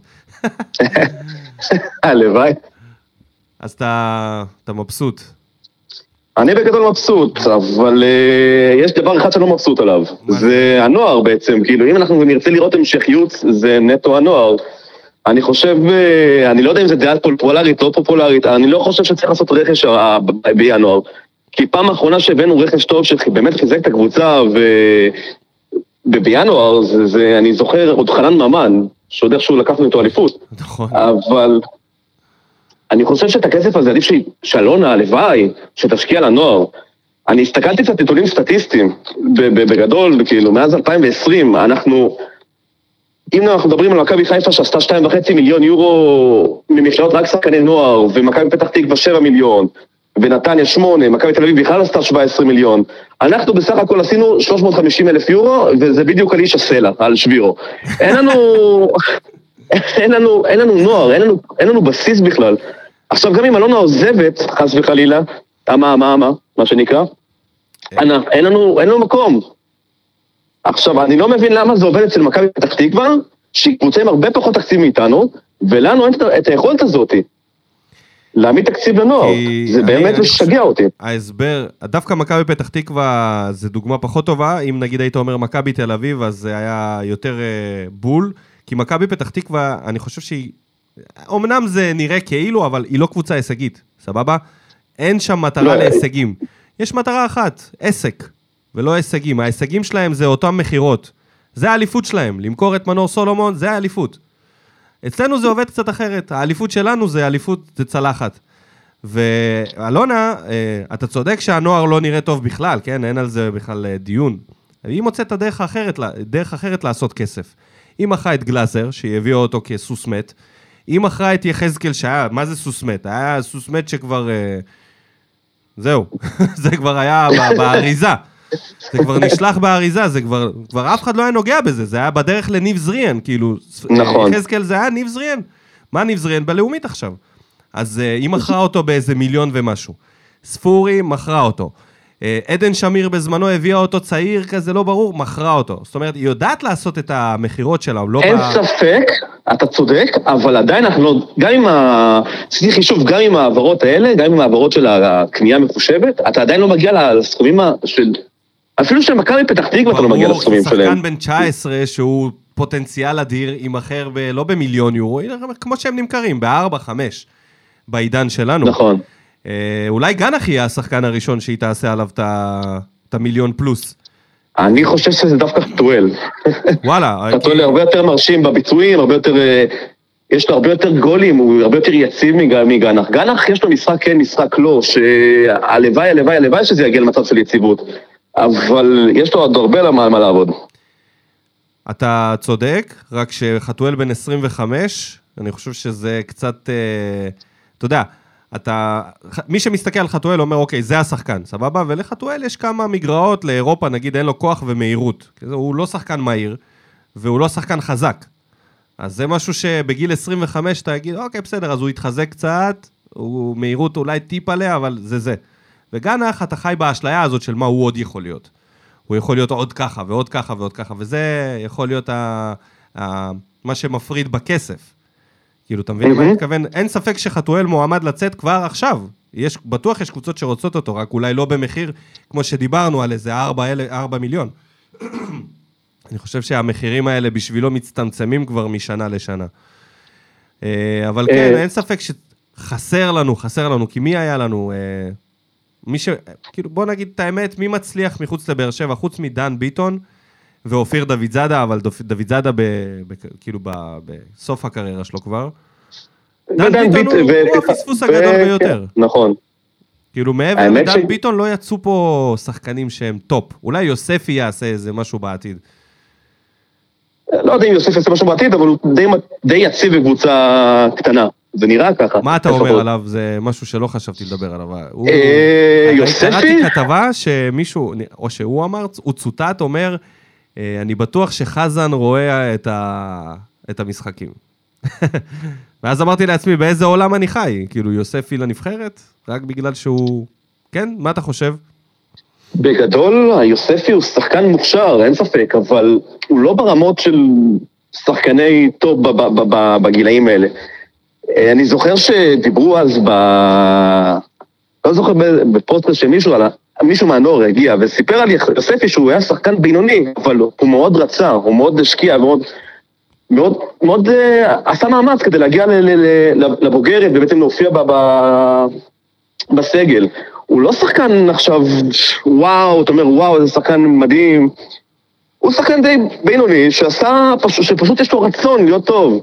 הלוואי. אז אתה מבסוט. אני בגדול מבסוט, אבל uh, יש דבר אחד שאני לא מבסוט עליו, זה הנוער בעצם, כאילו אם אנחנו נרצה לראות המשכיות, זה נטו הנוער. אני חושב, uh, אני לא יודע אם זה דעה פופולרית, לא פופולרית, אני לא חושב שצריך לעשות רכש בינואר, כי פעם האחרונה שהבאנו רכש טוב, שבאמת חיזק את הקבוצה, ובינואר, זה, זה, אני זוכר עוד חנן ממן, שעוד איכשהו לקחנו איתו אליפות, נכון. אבל... אני חושב שאת הכסף הזה עדיף שאלונה, הלוואי, שתשקיע לנוער. אני הסתכלתי קצת נתונים סטטיסטיים, בגדול, כאילו, מאז אלפיים ועשרים, אנחנו אם אנחנו מדברים על מכבי חיפה שעשתה שתיים וחצי מיליון יורו ממכירות רק שחקני נוער, ומכבי פתח תקווה שבע מיליון, ונתניה שמונה, מכבי תל אביב בכלל עשתה שבע עשרה מיליון, אנחנו בסך הכל עשינו שלוש מאות וחמישים אלף יורו, וזה בדיוק על איש הסלע, על שבירו. אין לנו, אין לנו, אין לנו נוער, אין לנו, אין לנו בסיס בכלל. עכשיו גם אם אלונה עוזבת, חס וחלילה, מה, מה, מה, מה שנקרא, אין לנו, אין לנו מקום. עכשיו, אני לא מבין למה זה עובד אצל מכבי פתח תקווה, שהיא קבוצה עם הרבה פחות תקציב מאיתנו, ולנו אין את היכולת הזאת. להעמיד תקציב לנוער, זה באמת משגע אותי. ההסבר, דווקא מכבי פתח תקווה זה דוגמה פחות טובה, אם נגיד היית אומר מכבי תל אביב, אז זה היה יותר בול, כי מכבי פתח תקווה, אני חושב שהיא, אמנם זה נראה כאילו, אבל היא לא קבוצה הישגית, סבבה? אין שם מטרה להישגים. יש מטרה אחת, עסק, ולא הישגים. ההישגים שלהם זה אותם מחירות. זה האליפות שלהם, למכור את מנור סולומון, זה האליפות. אצלנו זה עובד קצת אחרת, האליפות שלנו זה אליפות, זה צלחת. ואלונה, אתה צודק שהנוער לא נראה טוב בכלל, כן? אין על זה בכלל דיון. היא מוצאת הדרך אחרת, דרך אחרת לעשות כסף. היא מכרה את גלאזר, שהיא הביאה אותו כסוס מת, היא מכרה את יחזקאל שהיה, מה זה סוס מת? היה סוס מת שכבר, זהו, זה כבר היה באריזה. זה כבר נשלח באריזה, זה כבר, כבר אף אחד לא היה נוגע בזה, זה היה בדרך לניב זריאן, כאילו, נכון. יחזקאל זה היה ניב זריאן. מה ניב זריאן? בלאומית עכשיו. אז היא מכרה אותו באיזה מיליון ומשהו. ספורי מכרה אותו. עדן שמיר בזמנו הביאה אותו צעיר כזה, לא ברור, מכרה אותו. זאת אומרת, היא יודעת לעשות את המחירות שלה, לא אין ב... ספק, אתה צודק, אבל עדיין אנחנו לא, גם עם ה... עשיתי חישוב, גם עם העברות האלה, גם עם העברות של הקנייה המחושבת, אתה עדיין לא מגיע לסכומים של... אפילו שמכבי פתח תקווה אתה לא מגיע לסכומים שלהם. ברור, שחקן בן תשע עשרה שהוא פוטנציאל אדיר, ימכר ב... לא במיליון יורו, כמו שהם נמכרים, בארבע, חמש, בעידן שלנו. נכון. אולי גנח יהיה השחקן הראשון שהיא תעשה עליו את המיליון פלוס. אני חושב שזה דווקא חתואל. וואלה. חתואל הרבה יותר מרשים בביצועים, הרבה יותר, יש לו הרבה יותר גולים, הוא הרבה יותר יציב מגנח. גנח יש לו משחק כן, משחק לא, שהלוואי, הלוואי, הלוואי שזה יגיע למצב של יציבות. אבל יש לו עוד הרבה מה לעבוד. אתה צודק, רק שחתואל בן עשרים וחמש, אני חושב שזה קצת, אתה יודע, אתה, מי שמסתכל על חתואל אומר, אוקיי, זה השחקן, סבבה? ולחתואל יש כמה מגרעות לאירופה, נגיד אין לו כוח ומהירות. הוא לא שחקן מהיר, והוא לא שחקן חזק. אז זה משהו שבגיל עשרים וחמש אתה תגיד, אוקיי, בסדר, אז הוא יתחזק קצת, הוא מהירות אולי טיפ עליה, אבל זה זה. וגנח, אתה חי באשליה הזאת של מה הוא עוד יכול להיות. הוא יכול להיות עוד ככה, ועוד ככה, ועוד ככה, וזה יכול להיות ה, ה, מה שמפריד בכסף. כאילו, אתה מבין? Mm-hmm. אני מתכוון, אין ספק שחתואל מועמד לצאת כבר עכשיו. יש, בטוח יש קבוצות שרוצות אותו, רק אולי לא במחיר, כמו שדיברנו על איזה ארבע מיליון. אני חושב שהמחירים האלה בשבילו מצטמצמים כבר משנה לשנה. אבל כן, אין ספק שחסר לנו, חסר לנו, כי מי היה לנו? מי ש... כאילו, בוא נגיד את האמת, מי מצליח מחוץ לבאר שבע, חוץ מדן ביטון, ואופיר דוד זאדה, אבל דוד זאדה ב, ב, כאילו ב, בסוף הקריירה שלו כבר. דן ביטון הוא, הוא הפספוס הגדול ביותר. נכון. כאילו מעבר לדן ביטון לא יצאו פה שחקנים שהם טופ. אולי יוספי יעשה איזה משהו בעתיד. לא יודע אם יוספי יעשה משהו בעתיד, אבל הוא די, די יציב בקבוצה קטנה. זה נראה ככה. מה אתה אומר עליו? זה משהו שלא חשבתי לדבר עליו. יוספי? קראתי כתבה שמישהו, או שהוא אמר, הוא צוטט, אומר, אני בטוח שחזן רואה את, ה... את המשחקים. ואז אמרתי לעצמי, באיזה עולם אני חי? כאילו, יוספי לנבחרת? רק בגלל שהוא... כן? מה אתה חושב? בגדול, יוספי הוא שחקן מוכשר, אין ספק, אבל הוא לא ברמות של שחקני טוב בגילאים האלה. אני זוכר שדיברו אז ב... לא זוכר בפודקאסט שמישהו עלה, מישהו מהנוער הגיע וסיפר על יוספי שהוא היה שחקן בינוני, אבל הוא מאוד רצה, הוא מאוד השקיע, מאוד, מאוד, מאוד עשה מאמץ כדי להגיע לבוגרת ובעצם להופיע בסגל. הוא לא שחקן עכשיו, וואו, אתה אומר, וואו, זה שחקן מדהים. הוא שחקן די בינוני שעשה, שפשוט יש לו רצון להיות טוב.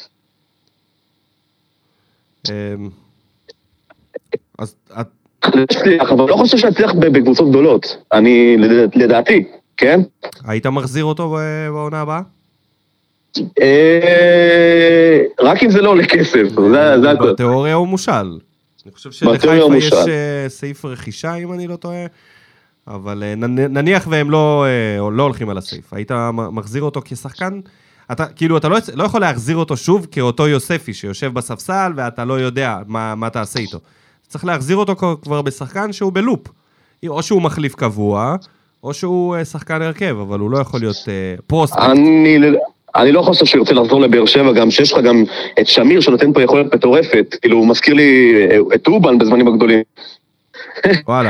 אז את... אבל לא חושב שהצליח בקבוצות גדולות, אני לדעתי, כן? היית מחזיר אותו בעונה הבאה? רק אם זה לא עולה כסף, זה הכל. בתיאוריה הוא מושל. אני חושב שלחיפה יש סעיף רכישה, אם אני לא טועה, אבל נניח והם לא הולכים על הסעיף. היית מחזיר אותו כשחקן? אתה, כאילו, אתה לא, לא יכול להחזיר אותו שוב כאותו יוספי שיושב בספסל, ואתה לא יודע מה, מה תעשה איתו. צריך להחזיר אותו כבר בשחקן שהוא בלופ. או שהוא מחליף קבוע, או שהוא שחקן הרכב, אבל הוא לא יכול להיות uh, פרוספקט. אני, אני לא חושב שירצה לחזור לבאר שבע, גם שיש לך גם את שמיר שנותן פה יכולת מטורפת, כאילו הוא מזכיר לי את אובן בזמנים הגדולים. וואלה.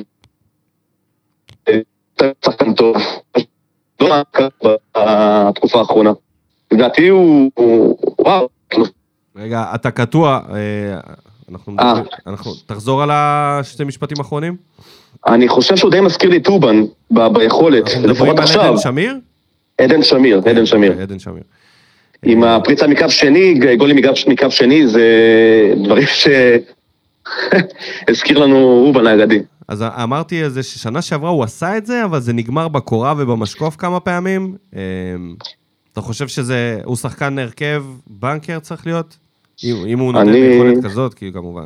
שחקן טוב. לא נעקר בתקופה האחרונה. לדעתי הוא... וואו. רגע, אתה קטוע, אנחנו מדברים, אנחנו... תחזור על השתי משפטים האחרונים? אני חושב שהוא די מזכיר לי טובן ביכולת, לפחות עכשיו. עדן שמיר? עדן שמיר, עדן שמיר. עדן שמיר. עם הפריצה מקו שני, גולים מקו שני, זה דברים שהזכיר לנו אובן האגדי. אז אמרתי איזה ששנה שעברה הוא עשה את זה, אבל זה נגמר בקורה ובמשקוף כמה פעמים. אתה חושב שזה, הוא שחקן הרכב, בנקר צריך להיות? אם הוא נותן יכולת כזאת, כי כמובן.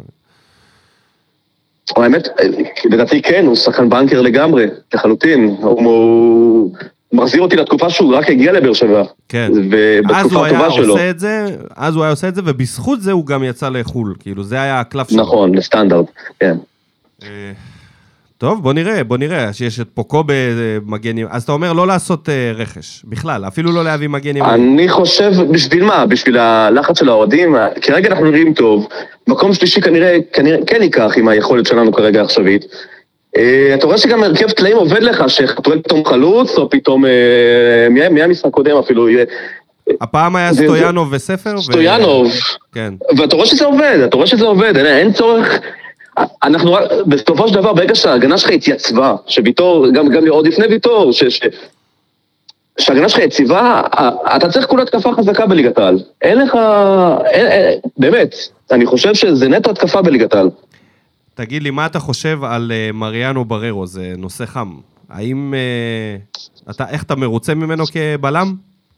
האמת, לדעתי כן, הוא שחקן בנקר לגמרי, לחלוטין. הוא מחזיר אותי לתקופה שהוא רק הגיע לבאר שבע. כן. אז הוא היה עושה את זה, אז הוא היה עושה את זה, ובזכות זה הוא גם יצא לחול. כאילו, זה היה הקלף שלו. נכון, לסטנדרט, כן. טוב, בוא נראה, בוא נראה, שיש את פוקו במגנים, אז אתה אומר לא לעשות רכש, בכלל, אפילו לא להביא מגנים. אני חושב, בשביל מה? בשביל הלחץ של האוהדים, כרגע אנחנו נראים טוב, מקום שלישי כנראה, כנראה כן ייקח עם היכולת שלנו כרגע העכשווית. אתה רואה שגם הרכב תלאים עובד לך, שחתואל פתאום חלוץ, או פתאום, מי המשחק קודם אפילו, הפעם היה סטויאנוב וספר. סטויאנוב. כן. ואתה רואה שזה עובד, אתה רואה שזה עובד, אין צורך... אנחנו, בסופו של דבר, ברגע שההגנה שלך התייצבה, שביתור, גם, גם עוד לפני ביתור, ש, ש, שההגנה שלך יציבה, אתה צריך כולה התקפה חזקה בליגת העל. אין לך, אין, אין, באמת, אני חושב שזה נטו התקפה בליגת העל. תגיד לי, מה אתה חושב על uh, מריאנו בררו? זה נושא חם. האם, uh, אתה, איך אתה מרוצה ממנו כבלם?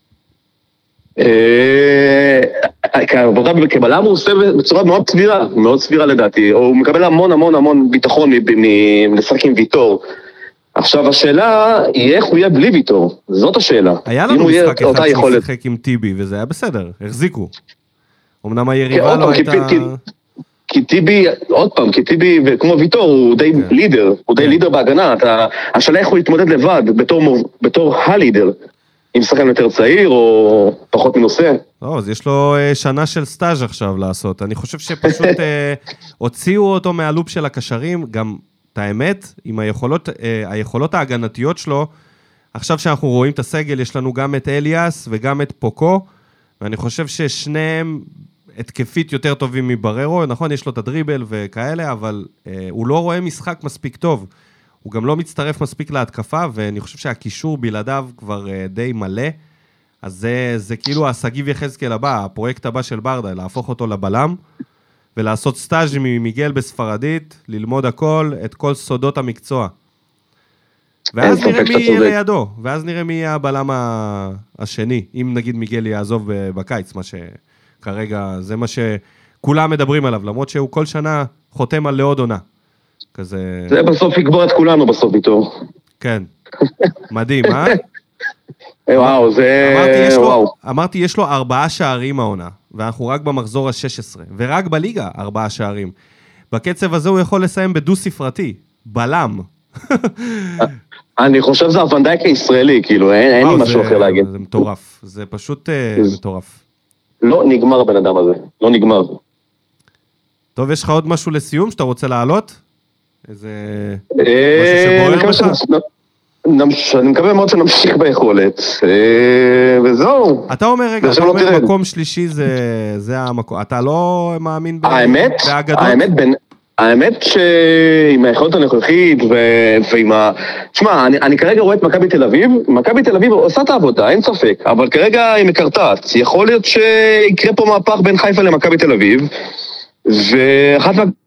כעבודה כבלם הוא עושה בצורה מאוד סבירה, מאוד סבירה לדעתי, הוא מקבל המון המון המון ביטחון מלשחק עם ויתור. עכשיו השאלה היא איך הוא יהיה בלי ויתור, זאת השאלה. היה לנו משחק אחד ששיחק עם טיבי וזה היה בסדר, החזיקו. אמנם היריבה לא הייתה... כי טיבי, עוד פעם, כי טיבי כמו ויתור הוא די לידר, הוא די לידר בהגנה, השאלה איך הוא יתמודד לבד בתור הלידר. אם שחקן יותר צעיר או פחות מנושא. לא, אז יש לו שנה של סטאז' עכשיו לעשות. אני חושב שפשוט הוציאו אותו מהלופ של הקשרים, גם את האמת, עם היכולות, היכולות ההגנתיות שלו, עכשיו שאנחנו רואים את הסגל, יש לנו גם את אליאס וגם את פוקו, ואני חושב ששניהם התקפית יותר טובים מבררו, נכון, יש לו את הדריבל וכאלה, אבל הוא לא רואה משחק מספיק טוב. הוא גם לא מצטרף מספיק להתקפה, ואני חושב שהקישור בלעדיו כבר די מלא, אז זה, זה כאילו הסגיב יחזקאל הבא, הפרויקט הבא של ברדה, להפוך אותו לבלם, ולעשות סטאז' ממיגל בספרדית, ללמוד הכל, את כל סודות המקצוע. ואז נראה מי יהיה לידו, ואז נראה מי יהיה הבלם השני, אם נגיד מיגל יעזוב בקיץ, מה שכרגע, זה מה שכולם מדברים עליו, למרות שהוא כל שנה חותם על לעוד עונה. כזה... זה בסוף יקבור את כולנו בסוף איתו. כן, מדהים, אה? וואו, זה... אמרתי, יש לו, אמרתי, יש לו ארבעה שערים העונה, ואנחנו רק במחזור ה-שש עשרה, ורק בליגה ארבעה שערים. בקצב הזה הוא יכול לסיים בדו ספרתי, בלם. אני חושב שזה הוונדייק הישראלי, כאילו, אין לי משהו אחר להגיד. זה מטורף, זה פשוט מטורף. לא נגמר הבן אדם הזה, לא נגמר. טוב, יש לך עוד משהו לסיום שאתה רוצה לעלות? איזה... משהו שבוער בך? אני מקווה מאוד שנמשיך ביכולת, וזהו. אתה אומר, רגע, אתה אומר מקום שלישי זה המקום, אתה לא מאמין באגדות? האמת, האמת שעם היכולת הנוכחית ועם ה... תשמע, אני כרגע רואה את מכבי תל אביב, מכבי תל אביב עושה את העבודה, אין ספק, אבל כרגע היא מקרטעת, יכול להיות שיקרה פה מהפך בין חיפה למכבי תל אביב, ואחת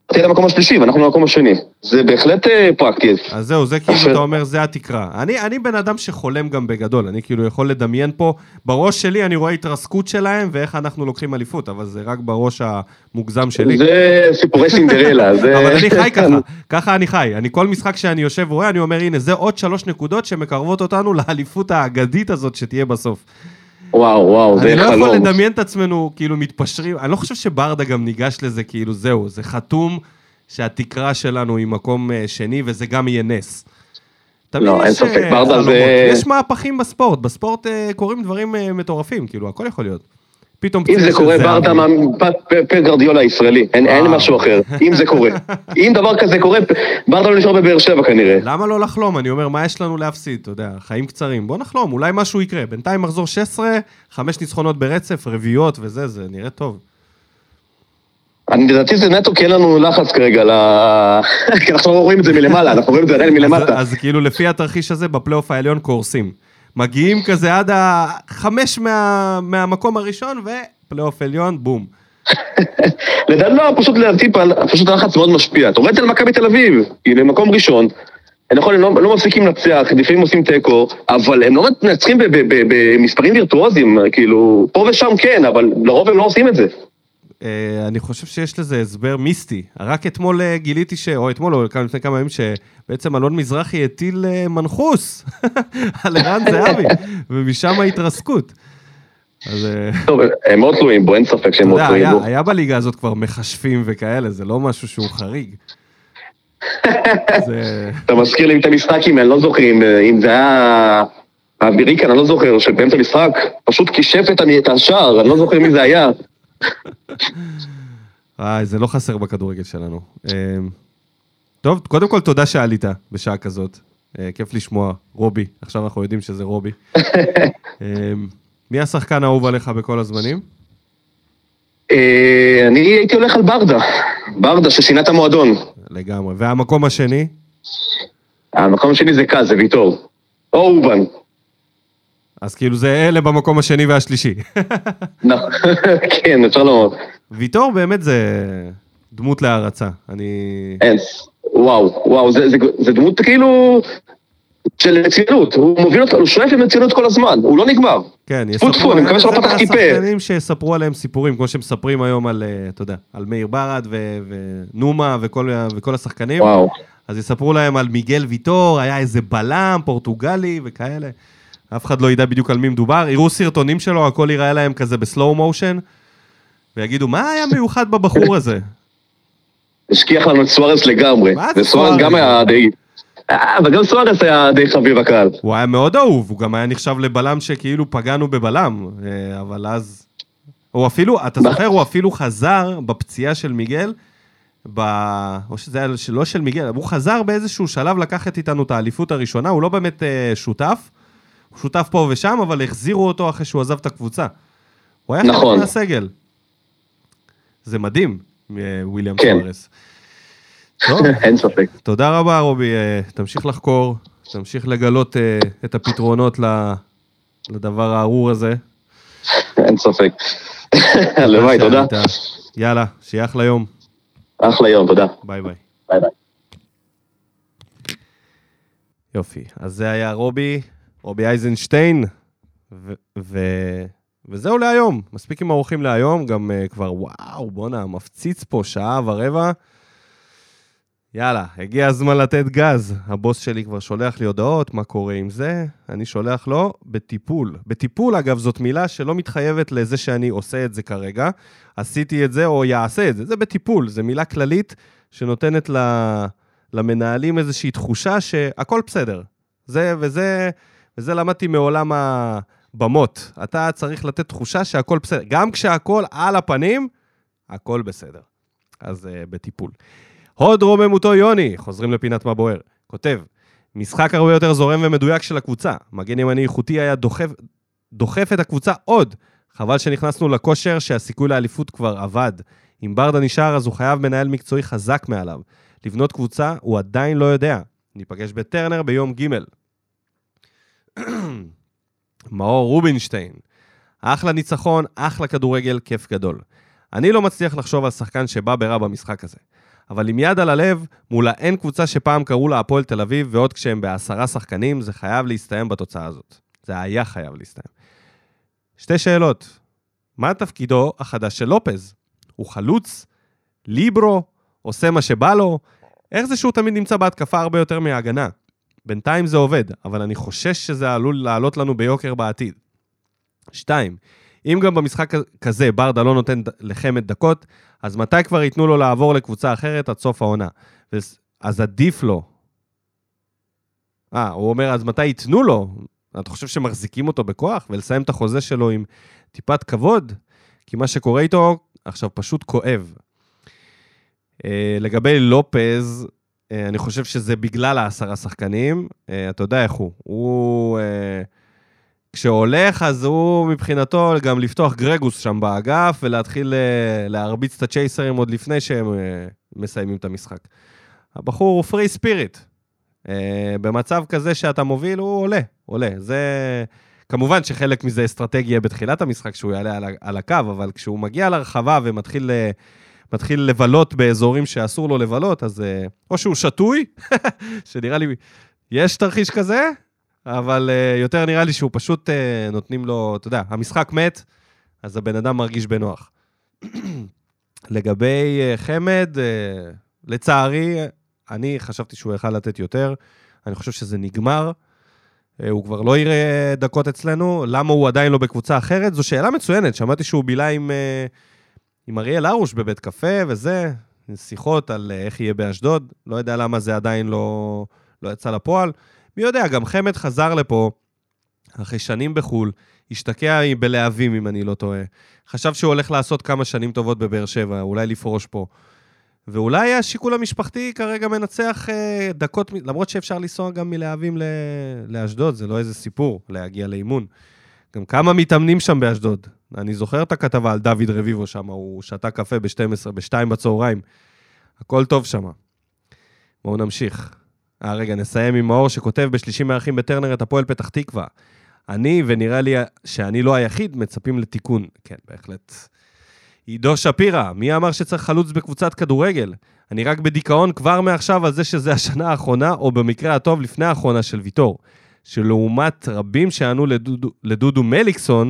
תהיה למקום השלישי, ואנחנו למקום השני. זה בהחלט פרקטי. אז זהו, זה כאילו אתה אומר, זה התקרה. אני, אני בן אדם שחולם גם בגדול, אני כאילו יכול לדמיין פה, בראש שלי אני רואה התרסקות שלהם, ואיך אנחנו לוקחים אליפות, אבל זה רק בראש המוגזם שלי. זה סיפורי סינדרלה. זה... אבל אני חי ככה, ככה אני חי. אני כל משחק שאני יושב ורואה, אני אומר, הנה, זה עוד שלוש נקודות שמקרבות אותנו לאליפות האגדית הזאת שתהיה בסוף. וואו, וואו, זה חלום. אני לא יכול חלום. לדמיין את עצמנו, כאילו, מתפשרים. אני לא חושב שברדה גם ניגש לזה, כאילו, זהו, זה חתום שהתקרה שלנו היא מקום שני, וזה גם יהיה נס. לא, אין ספק, ברדה זה... יש מהפכים בספורט, בספורט קורים דברים מטורפים, כאילו, הכל יכול להיות. פתאום אם זה קורה, ברדה פר גרדיולה הישראלי, אין משהו אחר, אם זה קורה. אם דבר כזה קורה, ברדה לא נשאר בבאר שבע כנראה. למה לא לחלום? אני אומר, מה יש לנו להפסיד? אתה יודע, חיים קצרים. בוא נחלום, אולי משהו יקרה. בינתיים מחזור שש עשרה, חמש ניצחונות ברצף, רביעיות וזה, זה נראה טוב. אני לדעתי זה נטו כי אין לנו לחץ כרגע, כי אנחנו לא רואים את זה מלמעלה, אנחנו רואים את זה עדיין מלמטה. אז כאילו לפי התרחיש הזה, בפלייאוף העליון קורסים. מגיעים כזה עד החמש מהמקום הראשון, ופלייאוף עליון, בום. לדעת לא, פשוט לדעתי, פשוט הלחץ מאוד משפיע. אתה רואה את זה למכבי תל אביב, כאילו למקום ראשון, הם לא מפסיקים לנצח, לפעמים עושים טקו, אבל הם לא מנצחים במספרים וירטואוזיים, כאילו, פה ושם כן, אבל לרוב הם לא עושים את זה. אני חושב שיש לזה הסבר מיסטי. רק אתמול גיליתי ש... או אתמול, או לפני כמה ימים, שבעצם אלון מזרחי הטיל מנחוס על ערן זהבי, ומשם ההתרסקות. טוב, הם מאוד תלויים בו, אין ספק שהם מאוד תלויים בו. היה בליגה הזאת כבר מחשבים וכאלה, זה לא משהו שהוא חריג. אתה מזכיר לי את המשחקים, אני לא זוכר אם זה היה... האווירי כאן, אני לא זוכר, שבאמצע המשחק פשוט כישף את השער, אני לא זוכר מי זה היה. אה, זה לא חסר בכדורגל שלנו. טוב, קודם כל תודה שעלית בשעה כזאת. כיף לשמוע, רובי. עכשיו אנחנו יודעים שזה רובי. מי השחקן האהוב עליך בכל הזמנים? אני הייתי הולך על ברדה. ברדה ששינה את המועדון. לגמרי. והמקום השני? המקום השני זה קז, זה ויטור. או אובן. אז כאילו זה אלה במקום השני והשלישי. כן, אפשר לומר. ויטור באמת זה דמות להערצה. אני... אין, וואו, וואו, זה דמות כאילו של מציאות. הוא מוביל אותה, הוא שואף למציאות כל הזמן, הוא לא נגמר. כן, יספרו, אני מקווה שלא פתח טיפה. זה השחקנים שיספרו עליהם סיפורים, כמו שמספרים היום על, אתה יודע, על מאיר ברד ונומה וכל השחקנים. וואו. אז יספרו להם על מיגל ויטור, היה איזה בלם, פורטוגלי וכאלה. אף אחד לא ידע בדיוק על מי מדובר, יראו סרטונים שלו, הכל יראה להם כזה בסלואו מושן, ויגידו, מה היה מיוחד בבחור הזה? השכיח לנו את סוארס לגמרי, וסוארס גם היה די, אבל גם סוארס היה די חביב הקהל. הוא היה מאוד אהוב, הוא גם היה נחשב לבלם שכאילו פגענו בבלם, אבל אז, הוא אפילו, אתה זוכר, הוא אפילו חזר בפציעה של מיגל, או שזה היה לא של מיגל, הוא חזר באיזשהו שלב לקחת איתנו את האליפות הראשונה, הוא לא באמת שותף, הוא שותף פה ושם, אבל החזירו אותו אחרי שהוא עזב את הקבוצה. הוא היה חלק מהסגל. זה מדהים, וויליאם סוארס. אין ספק. תודה רבה, רובי. תמשיך לחקור, תמשיך לגלות את הפתרונות לדבר הארור הזה. אין ספק. הלוואי, תודה. יאללה, שיהיה אחלה יום. אחלה יום, תודה. ביי ביי. ביי ביי. יופי, אז זה היה רובי. רובי אייזנשטיין, ו- ו- וזהו להיום, מספיק עם האורחים להיום, גם uh, כבר וואו, בונה, מפציץ פה שעה ורבע, יאללה, הגיע הזמן לתת גז, הבוס שלי כבר שולח לי הודעות, מה קורה עם זה, אני שולח לו בטיפול, בטיפול אגב זאת מילה שלא מתחייבת לזה שאני עושה את זה כרגע, עשיתי את זה או יעשה את זה, זה בטיפול, זה מילה כללית שנותנת למנהלים איזושהי תחושה שהכל בסדר, זה וזה... וזה למדתי מעולם הבמות. אתה צריך לתת תחושה שהכל בסדר. גם כשהכל על הפנים, הכל בסדר. אז uh, בטיפול. הוד רוממותו יוני, חוזרים לפינת מה בוער. כותב, משחק הרבה יותר זורם ומדויק של הקבוצה. מגן ימני איכותי היה דוחף, דוחף את הקבוצה עוד. חבל שנכנסנו לכושר שהסיכוי לאליפות כבר עבד. אם ברדה נשאר, אז הוא חייב מנהל מקצועי חזק מעליו. לבנות קבוצה, הוא עדיין לא יודע. ניפגש בטרנר ביום ג' מאור רובינשטיין, אחלה ניצחון, אחלה כדורגל, כיף גדול. אני לא מצליח לחשוב על שחקן שבא ברע במשחק הזה. אבל עם יד על הלב, מול האין קבוצה שפעם קראו לה הפועל תל אביב, ועוד כשהם בעשרה שחקנים, זה חייב להסתיים בתוצאה הזאת. זה היה חייב להסתיים. שתי שאלות. מה תפקידו החדש של לופז? הוא חלוץ? ליברו? עושה מה שבא לו? איך זה שהוא תמיד נמצא בהתקפה הרבה יותר מההגנה? בינתיים זה עובד, אבל אני חושש שזה עלול לעלות לנו ביוקר בעתיד. שתיים, אם גם במשחק כזה ברדה לא נותן לחמד דקות, אז מתי כבר ייתנו לו לעבור לקבוצה אחרת עד סוף העונה? אז עדיף לו. אה, הוא אומר, אז מתי ייתנו לו? אתה חושב שמחזיקים אותו בכוח ולסיים את החוזה שלו עם טיפת כבוד? כי מה שקורה איתו עכשיו פשוט כואב. לגבי לופז, אני חושב שזה בגלל העשרה שחקנים, אתה יודע איך הוא. הוא, כשהולך, אז הוא מבחינתו גם לפתוח גרגוס שם באגף, ולהתחיל להרביץ את הצ'ייסרים עוד לפני שהם מסיימים את המשחק. הבחור הוא פרי ספיריט. במצב כזה שאתה מוביל, הוא עולה, עולה. זה, כמובן שחלק מזה אסטרטגיה בתחילת המשחק, שהוא יעלה על, על הקו, אבל כשהוא מגיע לרחבה ומתחיל מתחיל לבלות באזורים שאסור לו לבלות, אז או שהוא שטוי, שנראה לי, יש תרחיש כזה, אבל יותר נראה לי שהוא פשוט נותנים לו, אתה יודע, המשחק מת, אז הבן אדם מרגיש בנוח. לגבי חמד, לצערי, אני חשבתי שהוא יכל לתת יותר, אני חושב שזה נגמר, הוא כבר לא יראה דקות אצלנו, למה הוא עדיין לא בקבוצה אחרת? זו שאלה מצוינת, שמעתי שהוא בילה עם, עם אריאל ארוש בבית קפה וזה, שיחות על איך יהיה באשדוד, לא יודע למה זה עדיין לא, לא יצא לפועל, מי יודע, גם חמד חזר לפה, אחרי שנים בחול, השתקע בלהבים אם אני לא טועה, חשב שהוא הולך לעשות כמה שנים טובות בבאר שבע, אולי לפרוש פה, ואולי השיקול המשפחתי כרגע מנצח דקות, למרות שאפשר לנסוע גם מלהבים לאשדוד, זה לא איזה סיפור להגיע לאימון. גם כמה מתאמנים שם באשדוד. אני זוכר את הכתבה על דוד רביבו שם, הוא שתה קפה ב-שתים עשרה, ב-שתיים בצהריים. הכל טוב שם. בואו נמשיך. אה, רגע, נסיים עם מאור שכותב בשלישי מארחים בטרנר את הפועל פתח תקווה. אני, ונראה לי שאני לא היחיד, מצפים לתיקון. כן, בהחלט. עידו שפירה, מי אמר שצריך חלוץ בקבוצת כדורגל? אני רק בדיכאון כבר מעכשיו על זה שזה השנה האחרונה, או במקרה הטוב לפני האחרונה של ויטור, שלעומת רבים שענו לדודו, לדודו מליקסון,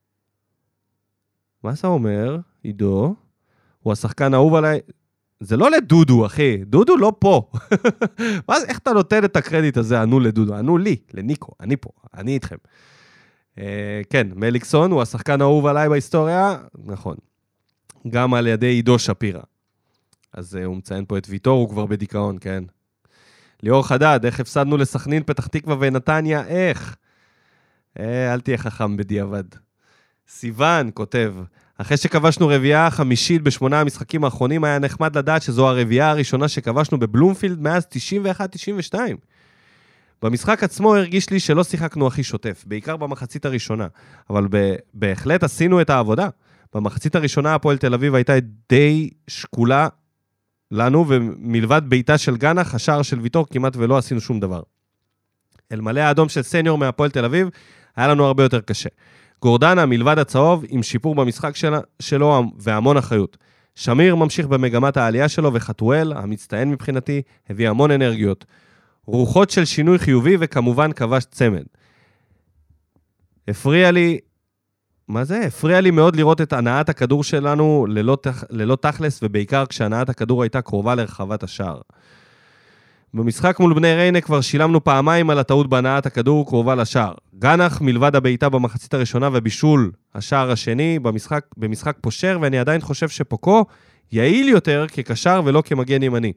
מה זה אומר, עידו? הוא השחקן האהוב עליי, זה לא לדודו, אחי, דודו לא פה. מה, איך אתה נותן את הקרדיט הזה, ענו לדודו? ענו לי, לניקו, אני פה, אני איתכם. אה, כן, מליקסון הוא השחקן האהוב עליי בהיסטוריה, נכון. גם על ידי עידו שפירה. אז uh, הוא מציין פה את ויטור, הוא כבר בדיכאון, כן. ליאור חדד, איך הפסדנו לסכנין, פתח תקווה ונתניה, איך? אה, אל תהיה חכם בדיעבד. סיוון כותב, אחרי שכבשנו רביעה חמישית בשמונה המשחקים האחרונים, היה נחמד לדעת שזו הרביעה הראשונה שכבשנו בבלומפילד מאז תשעים ואחת תשעים ושתיים. במשחק עצמו הרגיש לי שלא שיחקנו הכי שוטף, בעיקר במחצית הראשונה, אבל ב- בהחלט עשינו את העבודה. במחצית הראשונה הפועל תל אביב הייתה די שקולה לנו, ומלבד ביתה של גנח, השער של ויטור כמעט ולא עשינו שום דבר. אלמלא האדום של סניור מהפועל תל אביב, היה לנו הרבה יותר קשה. גורדנה, מלבד הצהוב, עם שיפור במשחק שלה, שלו והמון אחריות. שמיר ממשיך במגמת העלייה שלו, וחתואל, המצטיין מבחינתי, הביא המון אנרגיות. רוחות של שינוי חיובי, וכמובן כבש צמד. הפריע לי, מה זה? הפריע לי מאוד לראות את הנעת הכדור שלנו ללא, ללא תכלס, ובעיקר כשהנעת הכדור הייתה קרובה לרחבת השער. במשחק מול בני ריינה כבר שילמנו פעמיים על הטעות בהנעת הכדור קרובה לשער. גנח מלבד הביתה במחצית הראשונה ובישול השער השני במשחק, במשחק פושר, ואני עדיין חושב שפוקו יעיל יותר כקשר ולא כמגן ימני.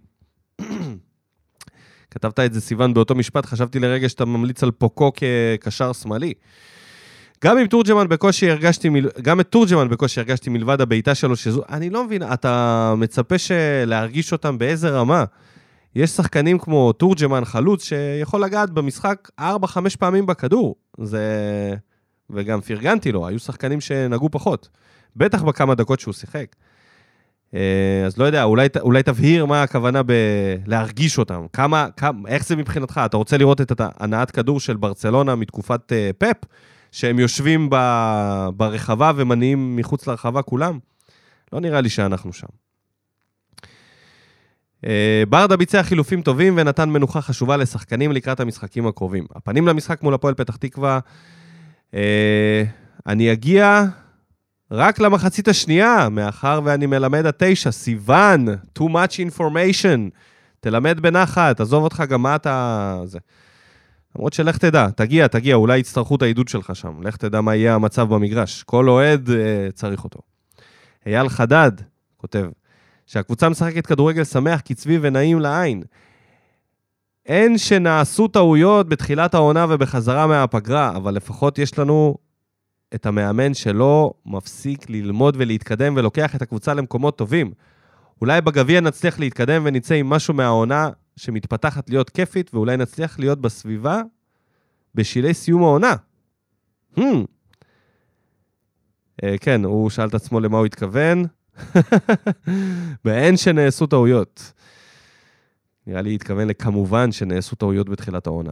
כתבת את זה סיוון באותו משפט, חשבתי לרגע שאתה ממליץ על פוקו כקשר שמאלי. גם עם תורג'מן בקושי הרגשתי, גם את תורג'מן בקושי הרגשתי מלבד הביתה שלו, שזו, אני לא מבין, אתה מצפה להרגיש אותם באיזה רמה? יש שחקנים כמו תורג'מן חלוץ, שיכול לגעת במשחק ארבע חמש פעמים בכדור, זה, וגם פרגנתי לו, היו שחקנים שנגעו פחות, בטח בכמה דקות שהוא שיחק. אז לא יודע, אולי, אולי תבהיר מה הכוונה בלהרגיש אותם, כמה, כמה, איך זה מבחינתך? אתה רוצה לראות את הנעת כדור של ברצלונה מתקופת פפ, שהם יושבים ברחבה ומניעים מחוץ לרחבה כולם? לא נראה לי שאנחנו שם. ברדה ביצע חילופים טובים ונתן מנוחה חשובה לשחקנים לקראת המשחקים הקרובים. הפנים למשחק מול הפועל פתח תקווה, אני אגיע רק למחצית השנייה, מאחר ואני מלמד התשע, סיוון, too much information, תלמד בנחת, עזוב אותך גם מה אתה... זה. למרות שלך תדע, תגיע, תגיע, אולי יצטרכו את העידוד שלך שם, לך תדע מה יהיה המצב במגרש, כל אוהד אה, צריך אותו. אייל חדד כותב, שהקבוצה משחקת כדורגל שמח, קצבי ונעים לעין. אין שנעשו טעויות בתחילת העונה ובחזרה מהפגרה, אבל לפחות יש לנו את המאמן שלא מפסיק ללמוד ולהתקדם ולוקח את הקבוצה למקומות טובים. אולי בגביע נצליח להתקדם ונצא עם משהו מהעונה שמתפתחת להיות כיפית, ואולי נצליח להיות בסביבה בשילי סיום העונה. Hmm. אה, כן, הוא שאל את עצמו למה הוא התכוון. באין שנעשו טעויות. נראה לי התכוון לכמובן שנעשו טעויות בתחילת העונה.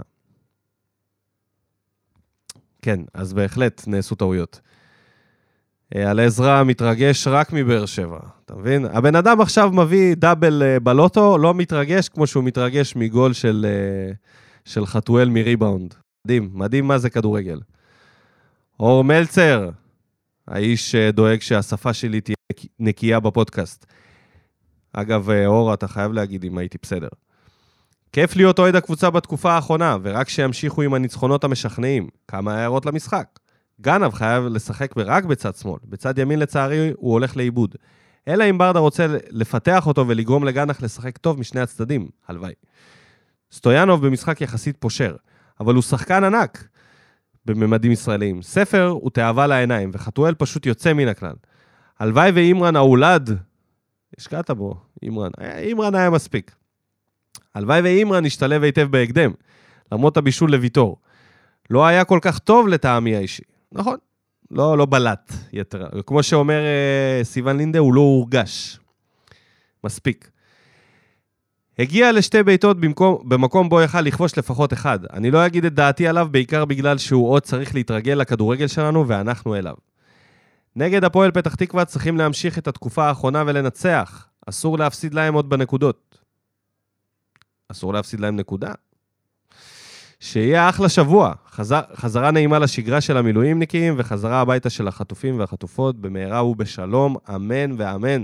כן, אז בהחלט נעשו טעויות. על עזרא מתרגש רק מבאר שבע, אתה מבין? הבן אדם עכשיו מביא דאבל בלוטו, לא מתרגש כמו שהוא מתרגש מגול של, של חתואל מריבאונד. מדהים, מדהים מה זה כדורגל. אור מלצר, האיש דואג שהשפה שלי תהיה נקייה בפודקאסט. אגב, אור, אתה חייב להגיד אם הייתי בסדר. כיף להיות אוהד הקבוצה בתקופה האחרונה, ורק שימשיכו עם הניצחונות המשכנעים. כמה הערות למשחק. גנב חייב לשחק רק בצד שמאל. בצד ימין לצערי הוא הולך לאיבוד. אלא אם ברדה רוצה לפתח אותו ולגרום לגנח לשחק טוב משני הצדדים. הלוואי. סטויאנוב במשחק יחסית פושר, אבל הוא שחקן ענק בממדים ישראליים. ספר הוא תאווה לעיניים, וחתואל פשוט יוצא מן הכלל. הלוואי ואימרן האולד, השקעת בו, אימרן, אימרן היה מספיק. הלוואי ואימרן השתלב היטב בהקדם, למרות הבישול לויטור. לא היה כל כך טוב לטעמי האישי. נכון, לא, לא בלט יתרה. כמו שאומר אה, סיוון לינדה, הוא לא הורגש. מספיק. הגיע לשתי ביתות במקום, במקום בו יכל לכבוש לפחות אחד. אני לא אגיד את דעתי עליו, בעיקר בגלל שהוא עוד צריך להתרגל לכדורגל שלנו, ואנחנו אליו. נגד הפועל פתח תקווה צריכים להמשיך את התקופה האחרונה ולנצח. אסור להפסיד להם עוד בנקודות. אסור להפסיד להם נקודה. שיהיה אחלה שבוע. חזר, חזרה נעימה לשגרה של המילואימניקים, וחזרה הביתה של החטופים והחטופות, במהרה ובשלום, אמן ואמן.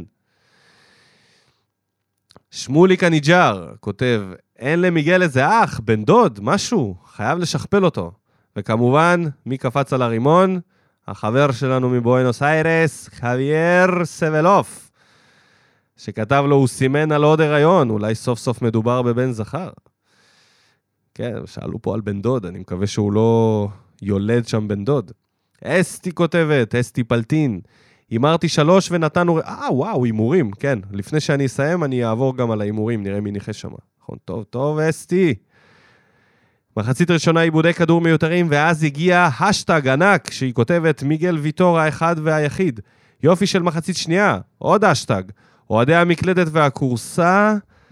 שמוליק הניג'ר כותב, אין למיגל איזה אח, בן דוד, משהו, חייב לשכפל אותו. וכמובן, מי קפץ על הרימון? החבר שלנו מבואנוס איירס, חווייר סבלוף, שכתב לו, הוא סימן על עוד הריון, אולי סוף סוף מדובר בבן זכר. כן, שאלו פה על בן דוד, אני מקווה שהוא לא יולד שם בן דוד. אסתי כותבת, אסתי פלטין, אמרתי שלוש ונתנו, אה וואו, אימורים, כן, לפני שאני אסיים אני אעבור גם על האימורים, נראה מי ניחש שם. נכון, טוב, טוב, אסתי. מחצית ראשונה עיבודי כדור מיותרים, ואז הגיע השטג ענק, שהיא כותבת מיגל ויטור האחד והיחיד. יופי של מחצית שנייה, עוד השטג. אוהדי המקלדת והקורסה,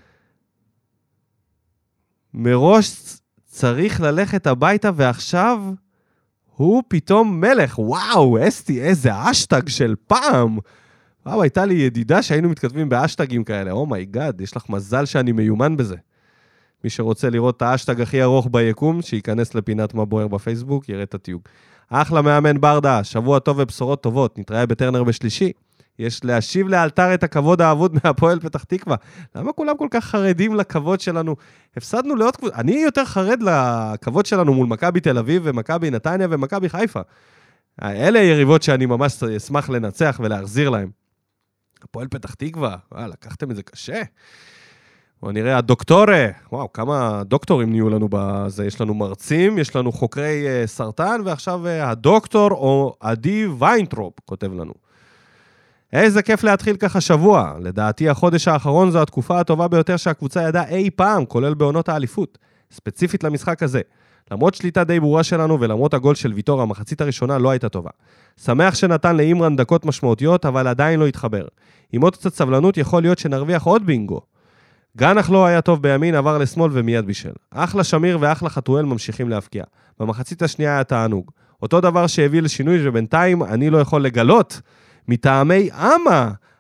מראש צריך ללכת הביתה, ועכשיו הוא פתאום מלך. וואו, אסתי, איזה השטג של פעם. וואו, הייתה לי ידידה שהיינו מתכתבים בהשטגים כאלה. אומייגאד, יש לך מזל שאני מיומן בזה. מי שרוצה לראות את האשטג הכי ארוך ביקום, שייכנס לפינת מה בוער בפייסבוק, יראה את התיוג. אחלה מאמן ברדה, שבוע טוב ובשורות טובות, נתראה בטרנר בשלישי. יש להשיב לאלתר את הכבוד האבוד מהפועל פתח תקווה. למה כולם כל כך חרדים לכבוד שלנו? הפסדנו לעוד כבוד. אני יותר חרד לכבוד שלנו מול מכבי תל אביב ומכבי נתניה ומכבי חיפה. אלה יריבות שאני ממש אשמח לנצח ולהחזיר להם. הפועל פתח תקווה, אה, לקחתם את זה קשה. בוא נראה, הדוקטורה, וואו, כמה דוקטורים נהיו לנו בזה, יש לנו מרצים, יש לנו חוקרי uh, סרטן, ועכשיו uh, הדוקטור או עדי ויינטרופ כותב לנו. איזה כיף להתחיל ככה שבוע, לדעתי החודש האחרון זו התקופה הטובה ביותר שהקבוצה ידעה אי פעם, כולל בעונות האליפות, ספציפית למשחק הזה. למרות שליטה די ברורה שלנו ולמרות הגול של ויטור, המחצית הראשונה לא הייתה טובה. שמח שנתן לאימרן דקות משמעותיות, אבל עדיין לא התחבר. עם עוד קצת סבלנות יכול להיות שנרוויח עוד בינגו. גנח לא היה טוב בימין, עבר לשמאל ומיד בישל. אחלה שמיר ואחלה חתואל ממשיכים להפקיע. במחצית השנייה היה תענוג. אותו דבר שהביא לשינוי ובינתיים אני לא יכול לגלות מטעמי אמה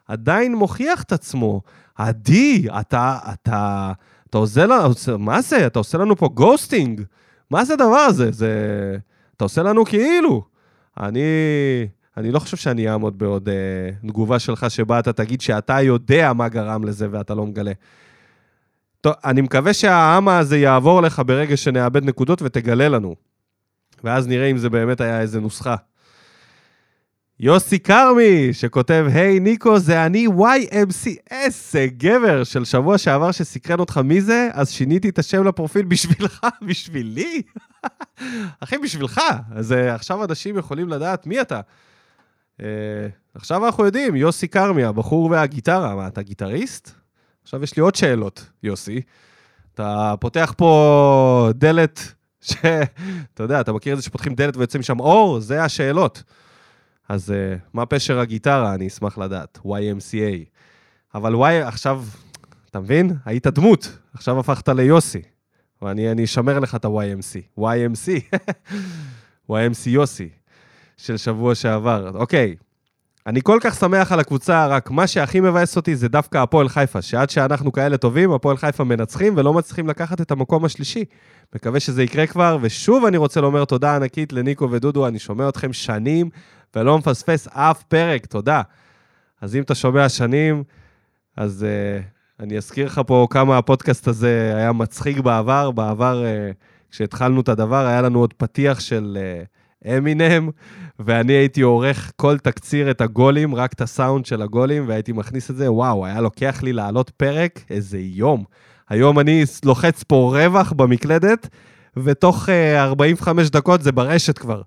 עדיין מוכיח את עצמו. עדי, אתה, אתה, אתה עושה לנו, מה זה? אתה עושה לנו פה גוסטינג. מה זה הדבר הזה? זה, אתה עושה לנו כאילו. אני, אני לא חושב שאני אעמוד בעוד אה, תגובה שלך שבה אתה תגיד שאתה יודע מה גרם לזה ואתה לא מגלה. טוב, אני מקווה שהעמה הזה יעבור לך ברגע שנאבד נקודות ותגלה לנו. ואז נראה אם זה באמת היה איזה נוסחה. יוסי קרמי, שכותב, היי ניקו, זה אני וואי אם סי, איזה גבר של שבוע שעבר שסקרן אותך מי זה, אז שיניתי את השם לפרופיל בשבילך, בשבילי? אחי, בשבילך. אז עכשיו אנשים יכולים לדעת מי אתה. עכשיו אנחנו יודעים, יוסי קרמי, הבחור והגיטרה, מה, אתה גיטריסט? עכשיו יש לי עוד שאלות, יוסי. אתה פותח פה דלת, שאתה יודע, אתה מכיר את זה שפותחים דלת ויוצאים שם אור? זה השאלות. אז uh, מה פשר הגיטרה? אני אשמח לדעת. וואי אם סי איי. אבל וואי, עכשיו, אתה מבין? היית דמות. עכשיו הפכת ליוסי. ואני אני אשמר לך את ה-וואי אם סי. וואי אם סי. וואי אם סי יוסי. של שבוע שעבר. אוקיי. אני כל כך שמח על הקבוצה, רק מה שהכי מבאס אותי זה דווקא הפועל חיפה, שעד שאנחנו כאלה טובים, הפועל חיפה מנצחים ולא מצליחים לקחת את המקום השלישי. מקווה שזה יקרה כבר, ושוב אני רוצה לומר תודה ענקית לניקו ודודו, אני שומע אתכם שנים, ולא מפספס אף פרק, תודה. אז אם אתה שומע שנים, אז uh, אני אזכיר לך פה כמה הפודקאסט הזה היה מצחיק בעבר, בעבר uh, כשהתחלנו את הדבר, היה לנו עוד פתיח של uh, אמינם, ואני הייתי עורך כל תקציר את הגולים, רק את הסאונד של הגולים, והייתי מכניס את זה, וואו, היה לוקח לי לעלות פרק, איזה יום. היום אני לוחץ פה רווח במקלדת, ותוך uh, ארבעים וחמש דקות זה ברשת כבר.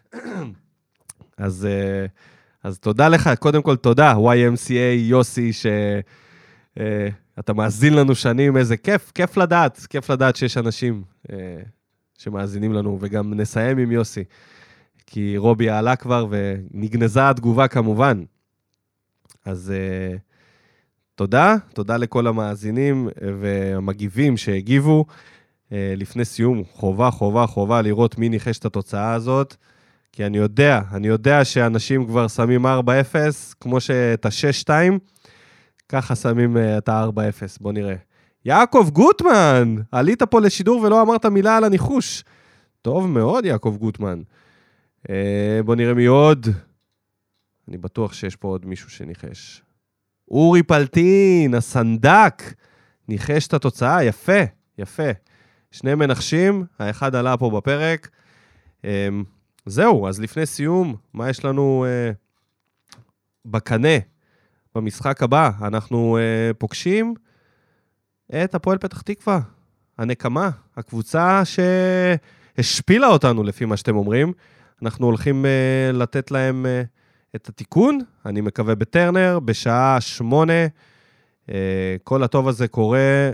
אז, אז תודה לך, קודם כל תודה, וואי אם סי איי יוסי, שאתה מאזין לנו שנים, איזה כיף, כיף לדעת, כיף לדעת שיש אנשים שמאזינים לנו, וגם נסיים עם יוסי, כי רובי עלה כבר, ונגנזה התגובה כמובן. אז תודה, תודה לכל המאזינים והמגיבים שהגיבו, לפני סיום, חובה, חובה, חובה, לראות מי ניחש את התוצאה הזאת, כי אני יודע, אני יודע שאנשים כבר שמים ארבע אפס, כמו שאת ה-שש שתיים, ככה שמים את ה-ארבע אפס, בוא נראה. יעקב גוטמן, עלית פה לשידור ולא אמרת מילה על הניחוש. טוב מאוד, יעקב גוטמן. בוא נראה מי עוד. אני בטוח שיש פה עוד מישהו שניחש. אורי פלטין, הסנדק, ניחש את התוצאה, יפה, יפה. שני מנחשים, האחד עלה פה בפרק. זהו, אז לפני סיום, מה יש לנו אה, בקנה, במשחק הבא? אנחנו אה, פוגשים את הפועל פתח תקווה, הנקמה, הקבוצה שהשפילה אותנו לפי מה שאתם אומרים. אנחנו הולכים אה, לתת להם אה, את התיקון, אני מקווה בטרנר, בשעה שמונה, אה, כל הטוב הזה קורה...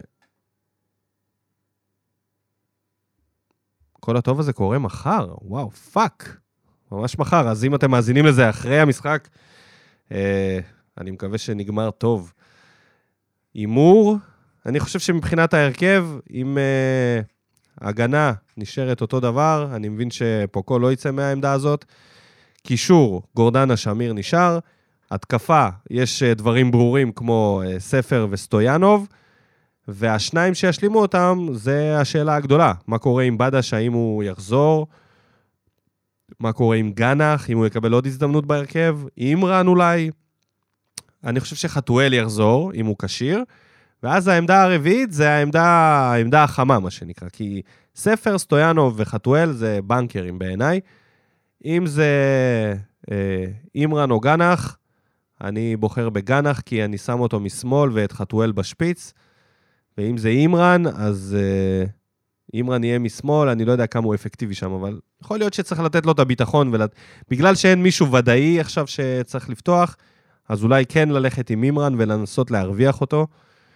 כל הטוב הזה קורה מחר, וואו, פאק, ממש מחר, אז אם אתם מאזינים לזה אחרי המשחק, אה, אני מקווה שנגמר טוב. אימור, אני חושב שמבחינת ההרכב, אם אה, הגנה נשארת אותו דבר, אני מבין שפוקו לא יצא מהעמדה הזאת, קישור, גורדנה שמיר נשאר, התקפה, יש אה, דברים ברורים כמו אה, ספר וסטויאנוב, והשניים שישלימו אותם, זה השאלה הגדולה. מה קורה עם בדש, האם הוא יחזור? מה קורה עם גנח, אם הוא יקבל עוד הזדמנות בהרכב? אימרן אולי? אני חושב שחתואל יחזור, אם הוא קשיר. ואז העמדה הרביעית, זה העמדה, העמדה החמה, מה שנקרא. כי ספר, סטויאנוב וחתואל זה בנקרים בעיניי. אם זה אה, אימרן או גנח, אני בוחר בגנח, כי אני שם אותו משמאל ואת חתואל בשפיץ. ואם זה אימרן, אז uh, אימרן יהיה משמאל, אני לא יודע כמה הוא אפקטיבי שם, אבל יכול להיות שצריך לתת לו את הביטחון, ולת... בגלל שאין מישהו ודאי עכשיו שצריך לפתוח, אז אולי כן ללכת עם אימרן ולנסות להרוויח אותו,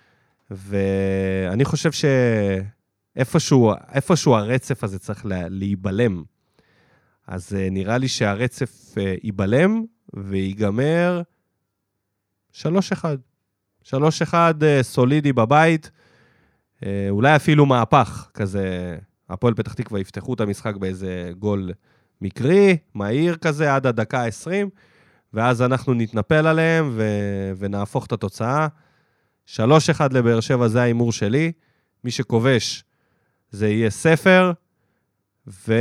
ואני חושב שאיפשהו איפשהו הרצף הזה צריך לה... להיבלם, אז uh, נראה לי שהרצף uh, ייבלם, ויגמר שלוש אחד. שלוש אחד uh, סולידי בבית, אולי אפילו מהפך, כזה, הפועל פתח תקווה יפתחו את המשחק באיזה גול מקרי, מהיר כזה, עד הדקה ה-עשרים, ואז אנחנו נתנפל עליהם ו- ונהפוך את התוצאה. שלוש אחד לבאר שבע זה האימור שלי, מי שכובש זה יהיה ספר, ו...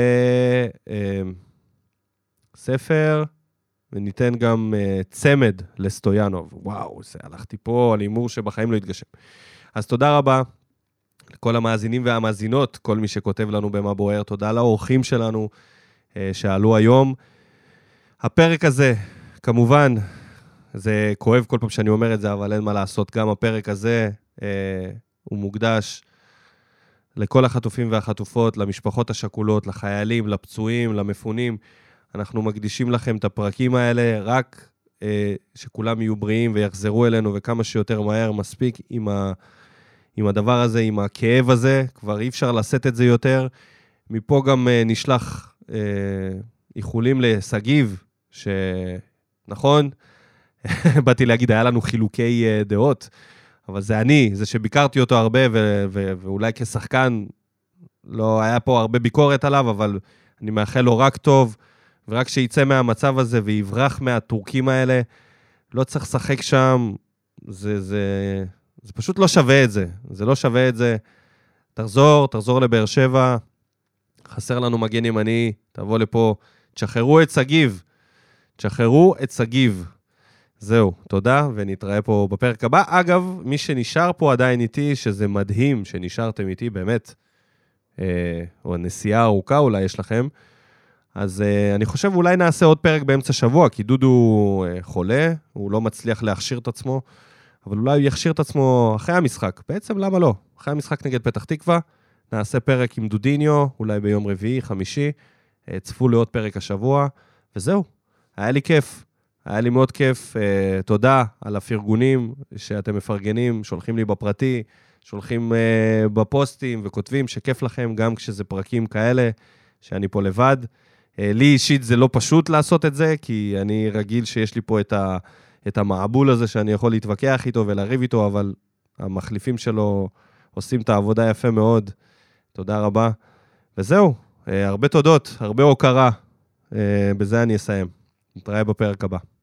ספר, וניתן גם צמד לסטויאנוב. וואו, זה הלכתי פה על אימור שבחיים לא יתגשם. אז תודה רבה לכל המאזינים והמאזינות, כל מי שכותב לנו במה בוער, תודה לאורחים שלנו שעלו היום. הפרק הזה, כמובן, זה כואב כל פעם שאני אומר את זה, אבל אין מה לעשות, גם הפרק הזה הוא מוקדש לכל החטופים והחטופות, למשפחות השכולות, לחיילים, לפצועים, למפונים. אנחנו מקדישים לכם את הפרקים האלה, רק אה, שכולם יהיו בריאים ויחזרו אלינו, וכמה שיותר מהר מספיק עם, ה, עם הדבר הזה, עם הכאב הזה, כבר אי אפשר לשאת את זה יותר. מפה גם אה, נשלח אה, איחולים לסגיב, שנכון, באתי להגיד, היה לנו חילוקי אה, דעות, אבל זה אני, זה שביקרתי אותו הרבה, ו- ו- ואולי כשחקן לא היה פה הרבה ביקורת עליו, אבל אני מאחל לו רק טוב, ורק שיצא מהמצב הזה ויברח מהטורקים האלה, לא צריך לשחק שם, זה, זה, זה פשוט לא שווה את זה, זה לא שווה את זה. תחזור, תחזור לבאר שבע, חסר לנו מגן ימני, תבוא לפה, תשחררו את סגיב, תשחררו את סגיב. זהו, תודה, ונתראה פה בפרק הבא. אגב, מי שנשאר פה עדיין איתי, שזה מדהים שנשארתם איתי, באמת, אה, או נסיעה ארוכה אולי יש לכם, אז uh, אני חושב אולי נעשה עוד פרק באמצע שבוע, כי דודו uh, חולה, הוא לא מצליח להכשיר את עצמו, אבל אולי הוא יכשיר את עצמו אחרי המשחק. בעצם למה לא? אחרי המשחק נגד פתח תקווה, נעשה פרק עם דודיניו, אולי ביום רביעי, חמישי, uh, צפו לעוד פרק השבוע, וזהו. היה לי כיף, היה לי מאוד כיף. Uh, תודה על הפרגונים שאתם מפרגנים, שולחים לי בפרטי, שולחים uh, בפוסטים וכותבים שכיף לכם, גם כשזה פרקים כאלה, שאני פה לבד. לי אישית זה לא פשוט לעשות את זה, כי אני רגיל שיש לי פה את, ה, את המעבול הזה שאני יכול להתווכח איתו ולריב איתו, אבל המחליפים שלו עושים את העבודה יפה מאוד. תודה רבה. וזהו, הרבה תודות, הרבה הוקרה. בזה אני אסיים. נתראה בפרק הבא.